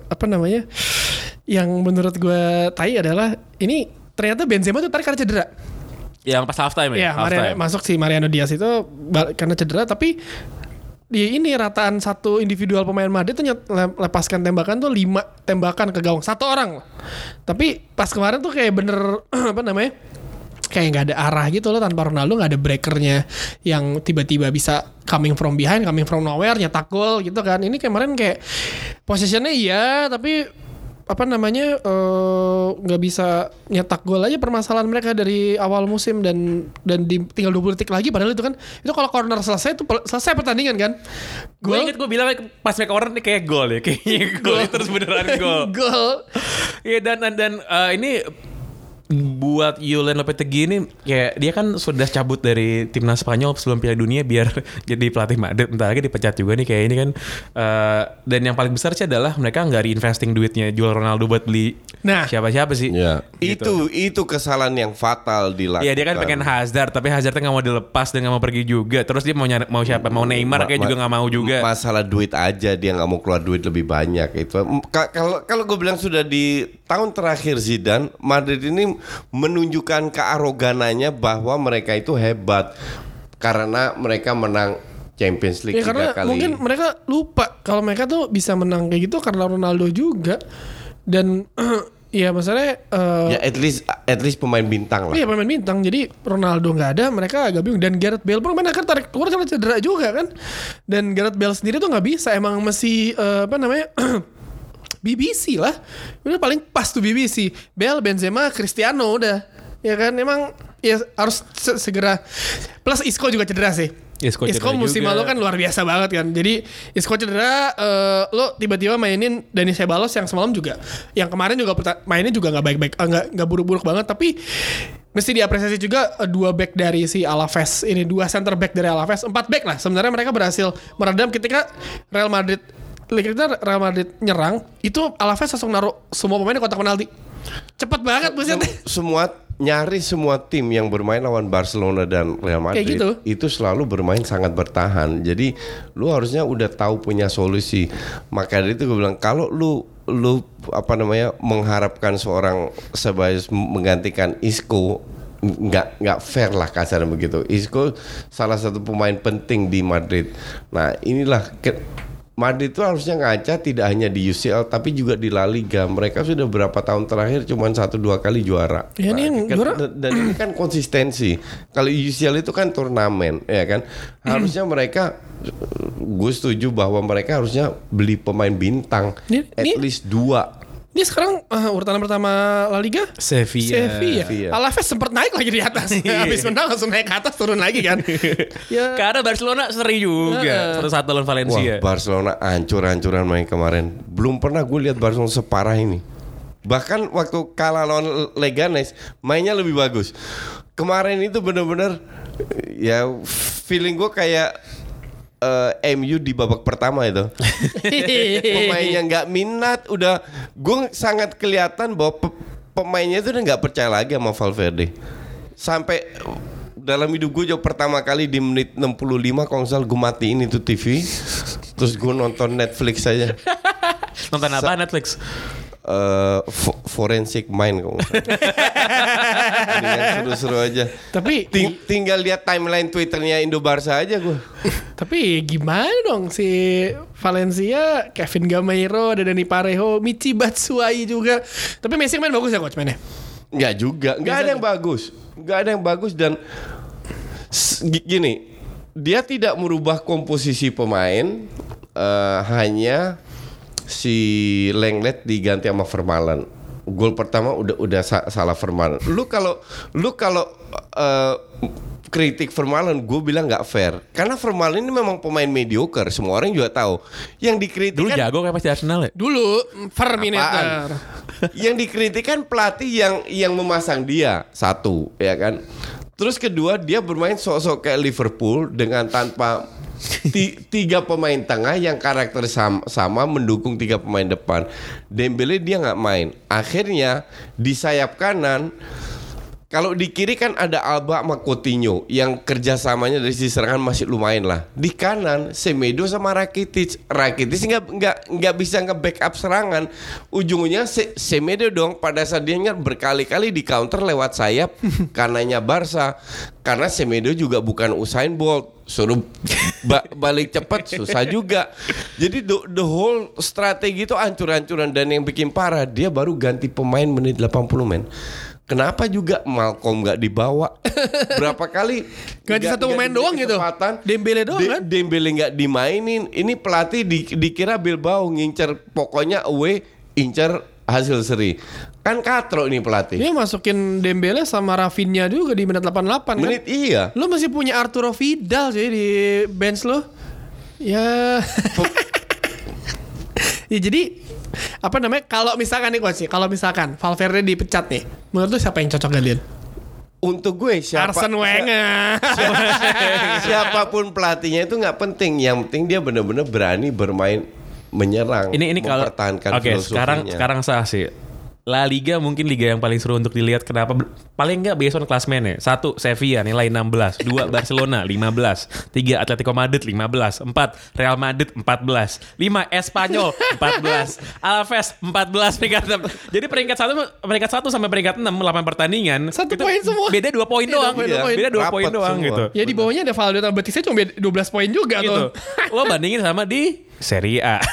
yang menurut gue tai adalah ini ternyata Benzema tuh tadi karena cedera.
Yang pas halftime ya?
Masuk si Mariano Diaz itu karena cedera, tapi di ini rataan satu individual pemain Madrid tuh lepaskan tembakan tuh 5 tembakan ke gawang satu orang. Tapi pas kemarin tuh kayak bener apa namanya? Kayak nggak ada arah gitu loh, tanpa Ronaldo nggak ada breakernya yang tiba-tiba bisa coming from behind, coming from nowhere, nyetak gol gitu kan. Ini kemarin kayak possessionnya iya, tapi apa namanya nggak bisa nyetak gol aja permasalahan mereka dari awal musim dan tinggal 20 detik lagi, padahal itu kan itu kalau corner selesai itu selesai pertandingan kan.
Gue inget gue bilang pas make corner nih kayak gol ya, kayaknya gol itu terus beneran gol.
Gol.
Iya dan ini buat Julen Lopetegui ini kayak dia kan sudah cabut dari timnas Spanyol sebelum Piala Dunia biar jadi pelatih Madrid, bentar lagi dipecat juga nih kayak ini kan. Dan yang paling besar sih adalah mereka nggak reinvesting duitnya jual Ronaldo buat beli siapa-siapa sih.
Ya.
Gitu.
Itu kesalahan yang fatal dilakukan.
Iya dia kan pengen Hazard, tapi Hazardnya nggak mau dilepas dan nggak mau pergi juga. Terus dia mau siapa? Mau Neymar kayak juga nggak mau juga.
Masalah duit aja, dia nggak mau keluar duit lebih banyak itu. Kalau gue bilang sudah di tahun terakhir Zidane, Madrid ini menunjukkan kearoganannya bahwa mereka itu hebat karena mereka menang Champions League 3 kali.
Mungkin mereka lupa kalau mereka tuh bisa menang kayak gitu karena Ronaldo juga. Dan ya masalahnya
ya at least pemain bintang lah.
Iya pemain bintang. Jadi Ronaldo nggak ada, mereka agak bingung. Dan Gareth Bale pun akhirnya tarik keluar karena cedera juga kan. Dan Gareth Bale sendiri tuh nggak bisa, emang masih apa namanya BBC lah. Udah paling pas tuh BBC. Bale, Benzema, Cristiano udah. Ya kan emang ya harus segera. Plus Isco juga cedera sih. Isco musim lalu kan luar biasa banget kan. Jadi Isco cedera, lo tiba-tiba mainin Dani Ceballos yang semalam juga, yang kemarin juga mainnya juga nggak baik-baik, nggak buruk-buruk banget. Tapi mesti diapresiasi juga 2 back dari si Alaves ini, 2 center back dari Alaves, 4 back lah. Sebenarnya mereka berhasil meredam ketika Real Madrid nyerang, itu Alaves langsung naruh semua pemain di kotak penalti. Cepet banget buset.
Nyaris semua tim yang bermain lawan Barcelona dan Real Madrid
gitu.
Itu selalu bermain sangat bertahan. Jadi lu harusnya udah tahu punya solusi. Maka dari itu gue bilang kalau lu apa namanya mengharapkan seorang Ceballos menggantikan Isco, nggak fair lah kasarnya begitu. Isco salah satu pemain penting di Madrid. Nah inilah Madrid itu harusnya ngaca tidak hanya di UCL tapi juga di La Liga. Mereka sudah berapa tahun terakhir cuma 1-2 kali juara.
Ya,
Dan ini kan konsistensi. Kalau UCL itu kan turnamen, ya kan. Harusnya mereka, gue setuju bahwa mereka harusnya beli pemain bintang, at least 2.
Ini sekarang urutan pertama La Liga Sevilla. Alaves sempat naik lagi di atas. Habis menang langsung naik ke atas, turun lagi kan.
Ya. Karena Barcelona seri juga 1-1 lawan Valencia.
Wah, Barcelona hancur-hancuran main kemarin. Belum pernah gue lihat Barcelona separah ini. Bahkan waktu kalah lawan Leganes mainnya lebih bagus. Kemarin itu benar-benar ya feeling gue kayak MU di babak pertama itu. Pemainnya nggak minat, udah gue sangat kelihatan bahwa pemainnya itu udah nggak percaya lagi sama Valverde. Sampai dalam hidup gue pertama kali di menit 65 kalau nggak salah gue matiin itu TV, terus gue nonton Netflix aja.
Nonton apa Netflix?
Forensic Mind kok. Seru-seru aja.
Tapi
tinggal lihat timeline Twitternya Indo Barca aja gue.
Tapi gimana dong si Valencia, Kevin Gameiro, ada Dani Parejo, Michy Batshuayi juga. Tapi Messi main bagus ya coach mainnya?
Enggak juga, enggak ada yang bagus. Enggak ada yang bagus dan gini, dia tidak merubah komposisi pemain, hanya si Lenglet diganti sama Vermaelen. Gol pertama udah salah Vermaelen. Lu kalau kritik Vermaelen, gue bilang nggak fair karena Vermaelen ini memang pemain mediocre, semua orang juga tahu. Yang dikritik
dulu jago kayak pas di Arsenal ya.
Dulu Verminator.
Yang dikritikkan pelatih yang memasang dia, satu ya kan. Terus kedua dia bermain sok-sok kayak Liverpool dengan tanpa 3 pemain tengah yang karakter sama mendukung 3 pemain depan. Dembele dia nggak main. Akhirnya di sayap kanan Kalau di kiri kan ada Alba sama Coutinho yang kerjasamanya dari sisi serangan masih lumayan lah. Di kanan Semedo sama Rakitic nggak bisa nge-backup serangan. Ujungnya Semedo dong pada saat dia berkali-kali di counter lewat sayap kanannya Barca. Karena Semedo juga bukan Usain Bolt, suruh balik cepat susah juga. Jadi the whole strategi itu ancur-ancuran, dan yang bikin parah dia baru ganti pemain menit 80 men. Kenapa juga Malcolm nggak dibawa? Berapa kali
ganti satu pemain doang gitu. Dembele doang kan?
Dembele nggak dimainin. Ini pelatih dikira Bilbao ngincer pokoknya away, incer hasil seri. Kan katro nih pelatih.
Dia masukin Dembele sama Rafinha juga di menit 88
menit
kan?
Iya.
Lo masih punya Arturo Vidal sih di bench lo. Ya. Ya jadi apa namanya, kalau misalkan nih coach, kalau misalkan Valverde dipecat nih, menurut lu siapa yang cocok kalian?
Untuk gue
Arsene Wenger.
Siapapun pelatihnya itu nggak penting, yang penting dia benar-benar berani bermain menyerang,
ini kalau
mempertahankan
filosofinya. Sekarang sah sih. La Liga mungkin liga yang paling seru untuk dilihat. Kenapa? Paling enggak based on klasmennya. 1. Sevilla nilai 16. 2. Barcelona 15. 3. Atletico Madrid 15. 4. Real Madrid 14. 5. Espanyol 14. Alaves 14 peringkat 6. Jadi peringkat 1 sampai peringkat 6 8 pertandingan.
1 poin semua.
Beda 2 poin doang. Beda 2 poin doang gitu.
Ya di bawahnya ada Valladolid, Betisnya cuma 12 poin juga
gitu.
tuh.
Lo bandingin sama di Serie A.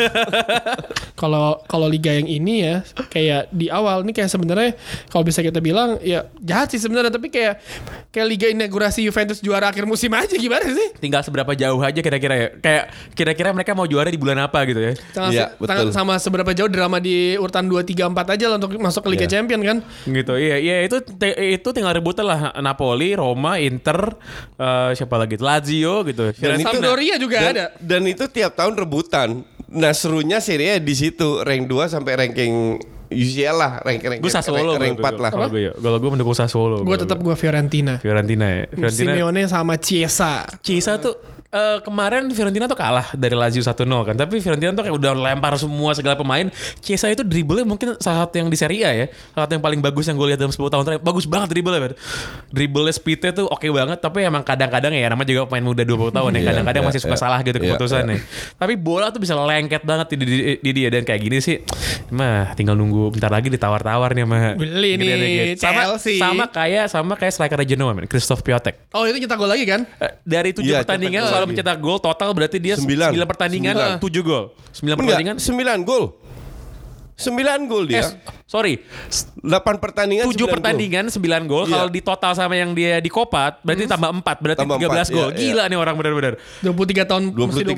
Kalau liga yang ini ya, kayak di awal ini kayak sebenarnya kalau bisa kita bilang ya jahat sih sebenarnya, tapi kayak liga inaugurasi Juventus juara akhir musim aja, gimana sih?
Tinggal seberapa jauh aja kira-kira ya. Kayak kira-kira mereka mau juara di bulan apa gitu ya.
Sama seberapa jauh drama di urutan 2 3 4 aja lah untuk masuk ke Liga Champion kan.
Gitu. Iya itu tinggal rebutan lah, Napoli, Roma, Inter, siapa lagi? Lazio gitu.
Dan Sampdoria juga ada.
Dan itu tiap tahun rebutan. Nah, serunya Serie A di situ, rank 2 sampai ranking UCL lah, rank
gue Sassuolo,
rank 4 lah.
Kalau gue mendukung Sassuolo.
Gue tetap Fiorentina
ya.
Simeone sama Chiesa tuh kemarin Fiorentina tuh kalah dari Lazio 1-0 kan. Tapi Fiorentina tuh kayak udah lempar semua segala pemain. Chiesa itu dribblenya mungkin salah satu yang di Serie A ya. Salah satu yang paling bagus yang gue lihat dalam 10 tahun terakhir. Bagus banget dribblenya, man. Dribblenya speednya tuh oke banget. Tapi emang kadang-kadang ya namanya juga pemain muda 20 tahun ya. Kadang-kadang masih suka salah gitu keputusannya. Tapi bola tuh bisa lengket banget di dia. Dan kayak gini sih mah tinggal nunggu bentar lagi ditawar-tawar nih sama beli nih Chelsea.
Sama kayak striker Genoa, man. Christophe Piatek.
Oh, itu nyetak gol lagi kan?
Dari 7 pertandingan selalu mencetak gol, total berarti dia 9 pertandingan 7 gol. 9 pertandingan
9 gol. 9 gol dia. 8 pertandingan
7 pertandingan 9 gol. Kalau di total sama yang dia di Copa berarti tambah 4, berarti tambah 13 gol. Gila nih orang benar-benar.
23 tahun.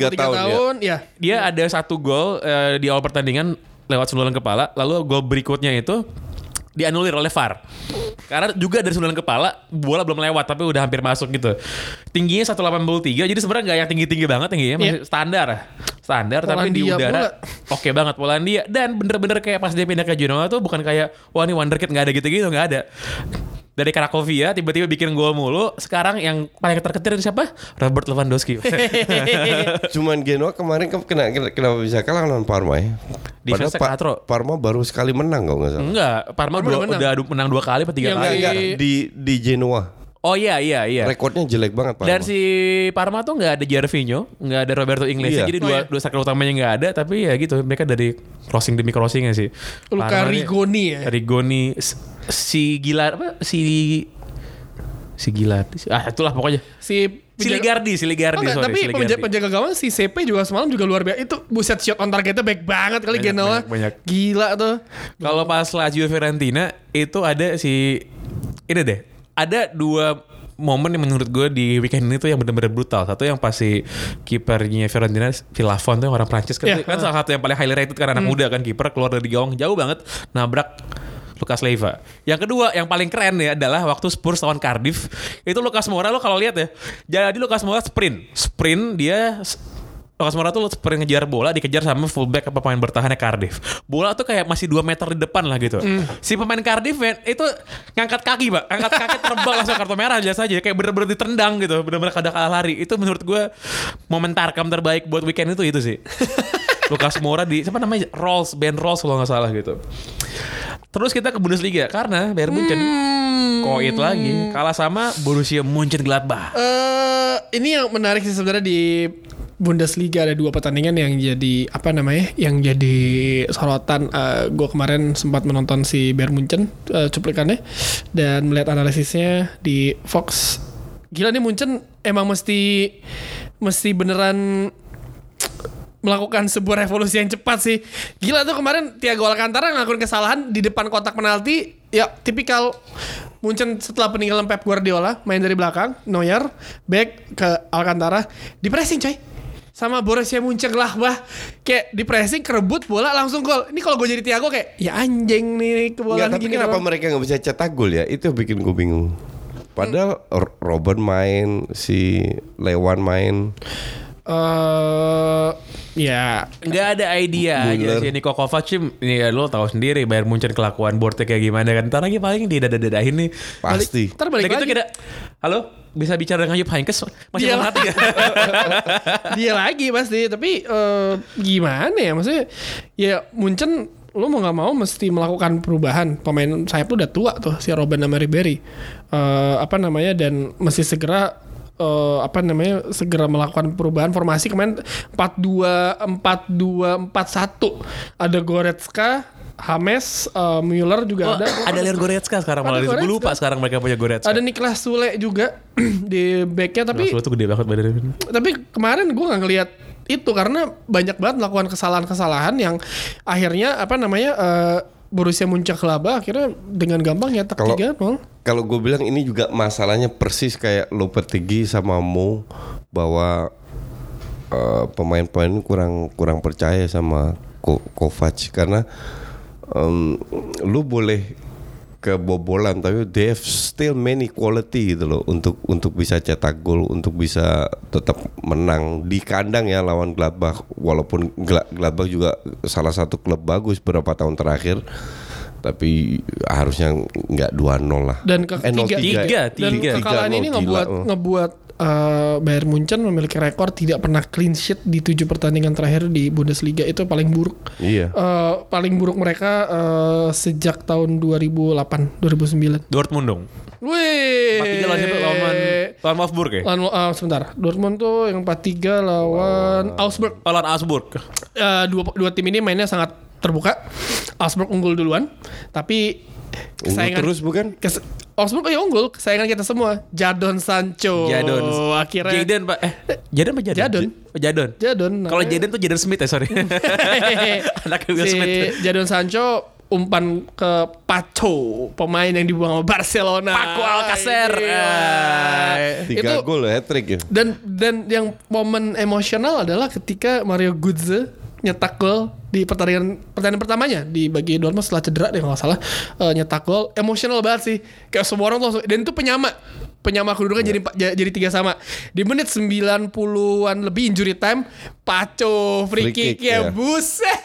Ya.
Dia ada 1 gol di awal pertandingan lewat sundulan kepala, lalu gol berikutnya itu dianulir oleh VAR. Karena juga dari sundulan kepala bola belum lewat tapi udah hampir masuk gitu. Tingginya 183, jadi sebenarnya nggak yang tinggi-tinggi banget tingginya, masih standar tapi di udara oke banget Polandia. Dan bener-bener kayak pas dia pindah ke Genoa tuh bukan kayak wah ini wonderkid, nggak ada gitu-gitu, nggak ada. Dari Cracovia tiba-tiba bikin gol mulu. Sekarang yang paling terketir siapa? Robert Lewandowski.
Cuman Genoa kemarin kenapa bisa kalah lawan Parma ya? Padahal Parma baru sekali menang kalau nggak salah.
Enggak, Parma udah menang 2 kali atau 3 kali.
Enggak, di Genoa.
Oh iya.
Rekornya jelek banget Parma.
Dan si Parma tuh nggak ada Gervinho, nggak ada Roberto Iglesias, jadi dua striker utamanya nggak ada. Tapi ya gitu, mereka dari crossing demi crossingnya sih.
Luka Rigoni ya.
Rigoni, si gila apa? Si gila. Itulah pokoknya. Siligardi.
Tapi penjaga gawang si CP juga semalam juga luar biasa. Itu buset shot on targetnya baik banget kali Genoa.
Banyak.
Gila tuh.
Kalau pas Lazio Fiorentina itu ada ini deh. Ada 2 momen yang menurut gue di weekend ini tuh yang benar-benar brutal. Satu yang pasti kipernya Fiorentina, Villafon tuh orang Prancis kan, kan salah satu yang paling highly rated kan, anak muda kan, kiper keluar dari gawang jauh banget nabrak Lucas Leiva. Yang kedua yang paling keren ya adalah waktu Spurs lawan Cardiff. Itu Lucas Moura, lo kalau lihat ya. Jadi Lucas Moura sprint dia Lucas Moura tuh sprint ngejar bola, dikejar sama fullback apa pemain bertahannya Cardiff. Bola tuh kayak masih 2 meter di depan lah gitu. Si pemain Cardiff itu ngangkat kaki, Pak. Angkat kaki terbang langsung kartu merah jelas aja. Kayak bener-bener ditendang gitu. Bener-bener kada kalah lari. Itu menurut gue momen tarkam terbaik buat weekend itu sih. Lucas Moura di siapa namanya? Ben Rolls kalau nggak salah gitu. Terus kita ke Bundesliga karena Bayern Munchen Koit lagi. Kalah sama Borussia Mönchengladbach.
Ini yang menarik sih sebenarnya di Bundesliga ada 2 pertandingan yang jadi yang jadi sorotan. Gue kemarin sempat menonton si Bayern Munchen cuplikannya dan melihat analisisnya di Fox. Gila nih Munchen emang mesti beneran melakukan sebuah revolusi yang cepat sih. Gila tuh kemarin Thiago Alcantara ngelakuin kesalahan di depan kotak penalti. Ya tipikal Munchen setelah peninggalan Pep Guardiola, main dari belakang, Neuer, back ke Alcantara, di pressing coy. Sama Borussia Mönchengladbach kayak di pressing, kerebut bola langsung gol. Ini kalau gue jadi Thiago kayak ya anjing nih kebolaan
tapi
gini.
kenapa mereka nggak bisa cetak gol ya? Itu bikin gue bingung. Padahal Robben main, si Lewan main.
Ya nggak ada idea aja sih Niko Kovac. Ini lo tahu sendiri Bayern Munchen kelakuan boardnya kayak gimana kan. Ntar lagi paling dadahin nih.
Pasti.
Ntar balik lagi.
Kita, halo bisa bicara dengan Jupp Heynckes masih mau hati gak?
Dia lagi pasti. Tapi gimana ya maksudnya ya Munchen lo mau nggak mau mesti melakukan perubahan. Pemain sayap lu udah tua tuh si Robben sama Ribéry. Dan mesti segera segera melakukan perubahan formasi. Kemarin 4-2-4-2-4-1 ada Goretzka, James, Müller juga ada.
Ada Leon Goretzka sekarang malah gue lupa sekarang mereka punya Goretzka.
Ada Niklas Sule juga di backnya tapi
Sule tuh gede banget badannya.
Tapi kemarin gue nggak ngelihat itu karena banyak banget melakukan kesalahan-kesalahan yang akhirnya Borussia Mönchengladbach akhirnya dengan gampang nyetak 3-0.
Kalau gue bilang ini juga masalahnya persis kayak Lopetegui sama Mo, bahwa pemain-pemain kurang percaya sama Kovac karena lu boleh kebobolan tapi they have still many quality gitu loh untuk bisa cetak gol, untuk bisa tetap menang di kandang ya lawan Gladbach. Walaupun Gladbach juga salah satu klub bagus beberapa tahun terakhir, tapi harusnya nggak 2-0 lah.
Dan ketiga dan kekalahan ini ngebuat Bayern Munchen memiliki rekor tidak pernah clean sheet di 7 pertandingan terakhir di Bundesliga. Itu paling buruk.
Iya.
Paling buruk mereka sejak tahun 2008-2009.
Dortmund dong.
Wih.
4-3 lawan Wolfsburg ya?
Sebentar. Dortmund tuh yang 4-3 lawan Augsburg.
Lawan Augsburg.
Dua tim ini mainnya sangat terbuka. Augsburg unggul duluan, tapi
kesayangan terus bukan?
Augsburg unggul, kesayangan kita semua. Jadon Sancho. Akhirnya
Jadon Pak. Jadon. Kalau Jadon tuh Jadon Smith ya, sorry. Anaknya Will Smith.
Jadon Sancho umpan ke Paco, pemain yang dibuang sama Barcelona.
Paco Alcacer.
3 gol hat-trick ya.
Dan yang momen emosional adalah ketika Mario Götze nyetak gol di pertandingan pertamanya di bagi Dortmund setelah cedera deh kalau nggak salah, nyetak gol. Emosional banget sih, kayak semua orang tuh langsung, dan itu penyama kedudukan jadi 3-3 di menit 90-an lebih injury time. Paco free kick ya. Buset.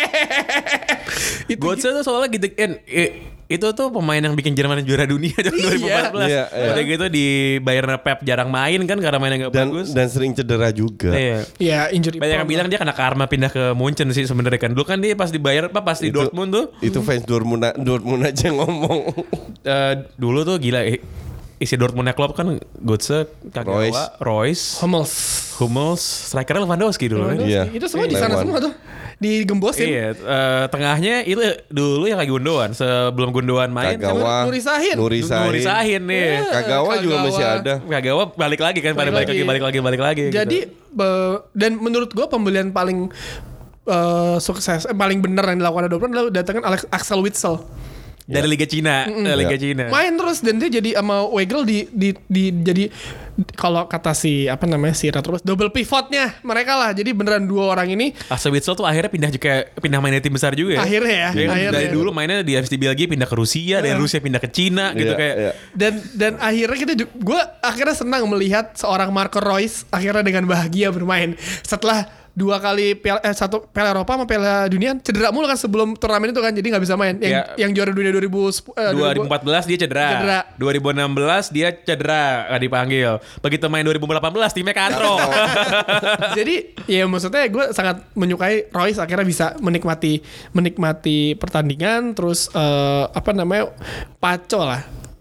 Götze tuh soalnya gitu itu tuh pemain yang bikin Jerman juara dunia tahun 2014. Udah gitu di Bayern Pep jarang main kan karena mainnya gak bagus
dan sering cedera juga.
Iya, injury.
Banyak yang bilang dia kena karma pindah ke Munchen sih sebenarnya kan. Dulu kan dia pas di Bayern pas di Dortmund tuh.
Itu fans Dortmund aja ngomong.
Dulu tuh gila isi Dortmundnya klub kan Götze, Kagawa, Royce, Hummels, strikernya Lewandowski dulu kan.
Iya.
Itu semua di sana semua tuh. Digembosin.
Iya, tengahnya itu dulu yang lagi Gundogan, sebelum Gundogan main.
Kagawa,
Nuri Sahin
nih.
Kagawa juga masih ada.
Kagawa balik lagi kan, balik lagi.
Jadi gitu. Dan menurut gue pembelian paling sukses, paling benar yang dilakukan Dortmund adalah datangkan Axel Witsel.
Dari Liga Cina, Cina.
Main terus dan dia jadi sama Weigl jadi kalau kata si Retrobus double pivotnya mereka lah. Jadi beneran 2 orang ini.
Axel Witsel tuh akhirnya pindah main di tim besar juga ya.
Akhirnya.
Dari dulu mainnya di FC Belgia pindah ke Rusia, dari Rusia pindah ke Cina gitu kayak.
Dan akhirnya gue akhirnya senang melihat seorang Marco Reus akhirnya dengan bahagia bermain setelah 2 kali satu Piala Eropa sama Piala Dunia cedera mulu kan sebelum turnamen itu kan, jadi nggak bisa main. Yang juara dunia 2014
dia cedera. 2016 dia cedera nggak dipanggil. Begitu main 2018 timnya katro.
Jadi ya maksudnya gue sangat menyukai Royce akhirnya bisa menikmati pertandingan. Terus Paco lah.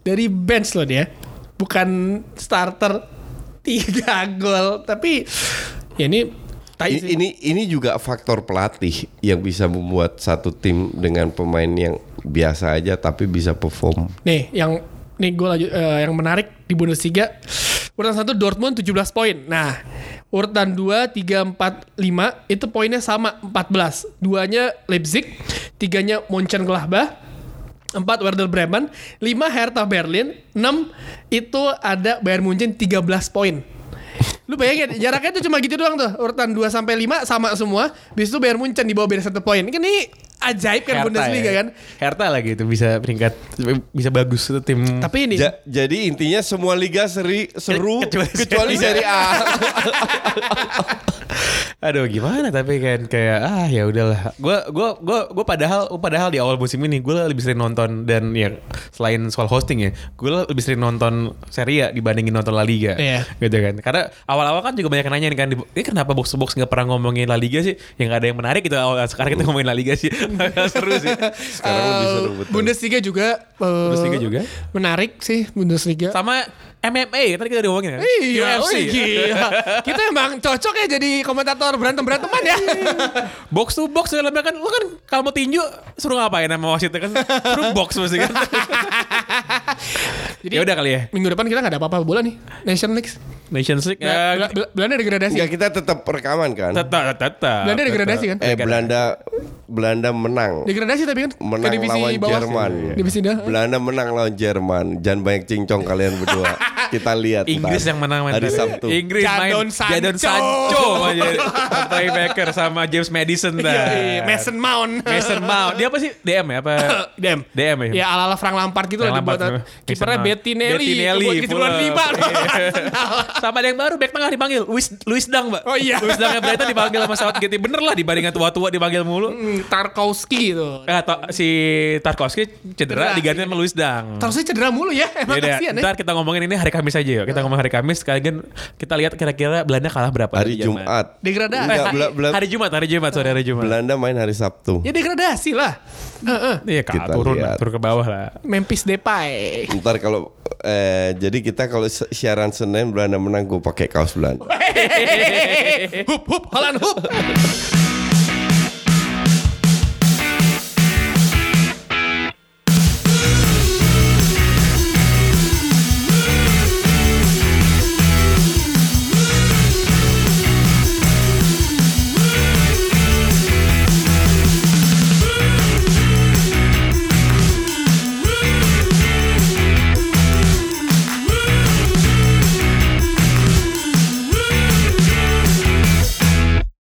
dari bench loh dia. Bukan starter 3 gol. Tapi ya
ini juga faktor pelatih yang bisa membuat satu tim dengan pemain yang biasa aja tapi bisa perform.
Nih gue lanjut yang menarik di Bundesliga. Urutan 1 Dortmund 17 poin. Nah, urutan 2, 3, 4, 5 itu poinnya sama 14. 2-nya Leipzig, 3-nya Mönchengladbach, 4 Werder Bremen, 5 Hertha Berlin, 6 itu ada Bayern Munchen 13 poin. Lu bayangin jaraknya tuh cuma gitu doang tuh. Urutan 2 sampai 5 sama semua. Habis itu Bayern Munchen di bawah beda 1 poin. Kan ini ajaib kan Bundesliga kan.
Hertha lagi itu bisa peringkat bisa bagus tuh tim.
Tapi ini
jadi intinya semua liga seru kecuali Serie A.
Aduh gimana tapi kan kayak ya udahlah. Gue padahal di awal musim ini gue lebih sering nonton dan ya selain soal hosting ya, gue lebih sering nonton Serie A dibandingin nonton La Liga. Gitu kan. Karena awal-awal kan juga banyak yang nanya nih kan, kenapa box to box nggak pernah ngomongin La Liga sih? Yang nggak ada yang menarik gitu. Sekarang kita ngomongin La Liga sih. Seru sih.
Sekarang lebih seru betul.
Bundesliga juga menarik sih Bundesliga.
Sama MMA tadi kita udah ngomongin kan.
Iya,
UFC.
Gila. Kita emang cocok ya jadi komentator berantem-beranteman ya.
Box to box ya kan lu kan kalau mau tinju suruh ngapain sama wasitnya kan? Suruh box mesti kan. Jadi ya udah kali ya.
Minggu depan kita enggak ada apa-apa bola nih. Nations League. Belanda degradasi.
Enggak, kita tetap rekaman kan?
Tetap.
Belanda degradasi kan?
Belanda menang.
Degradasi tapi kan?
Menang lawan Jerman.
Divisi
Belanda menang lawan Jerman. Jangan banyak cincong kalian berdua. Kita lihat
Inggris yang menang
hari Sabtu.
Inggris
Jadon
main Jadon Sancho playmaker sama James Madison dah.
Mason Mount.
Dia apa sih? DM ya apa?
DM
ya.
Ya ala Frank Lampard gitu lah dibuat. Kipernya Bettinelli. Kebuat 5.
Sama ada yang baru back tengah dipanggil Luis Dang, Mbak.
Oh iya.
Luis Dang yang Brighton dipanggil sama Southgate. Bener lah dibandingkan tua-tua dipanggil mulu.
Tarkowski itu.
Si Tarkowski cedera diganti sama Luis Dang.
Tarkowski cedera mulu ya. Emang kasihan ya.
Ntar kita ngomongin ini hari Kamis aja yuk. Kita ngomong hari Kamis sekalian kita lihat kira-kira Belanda kalah berapa
hari Jumat.
Degradasi.
Hari Jumat.
Belanda main hari Sabtu.
Ya degradasi lah.
Iya turun ke bawah lah.
Memphis Depay.
Ntar kalau jadi kita kalau siaran Senin Belanda menang gue pakai kaos Belanda.
Hup Holland hup.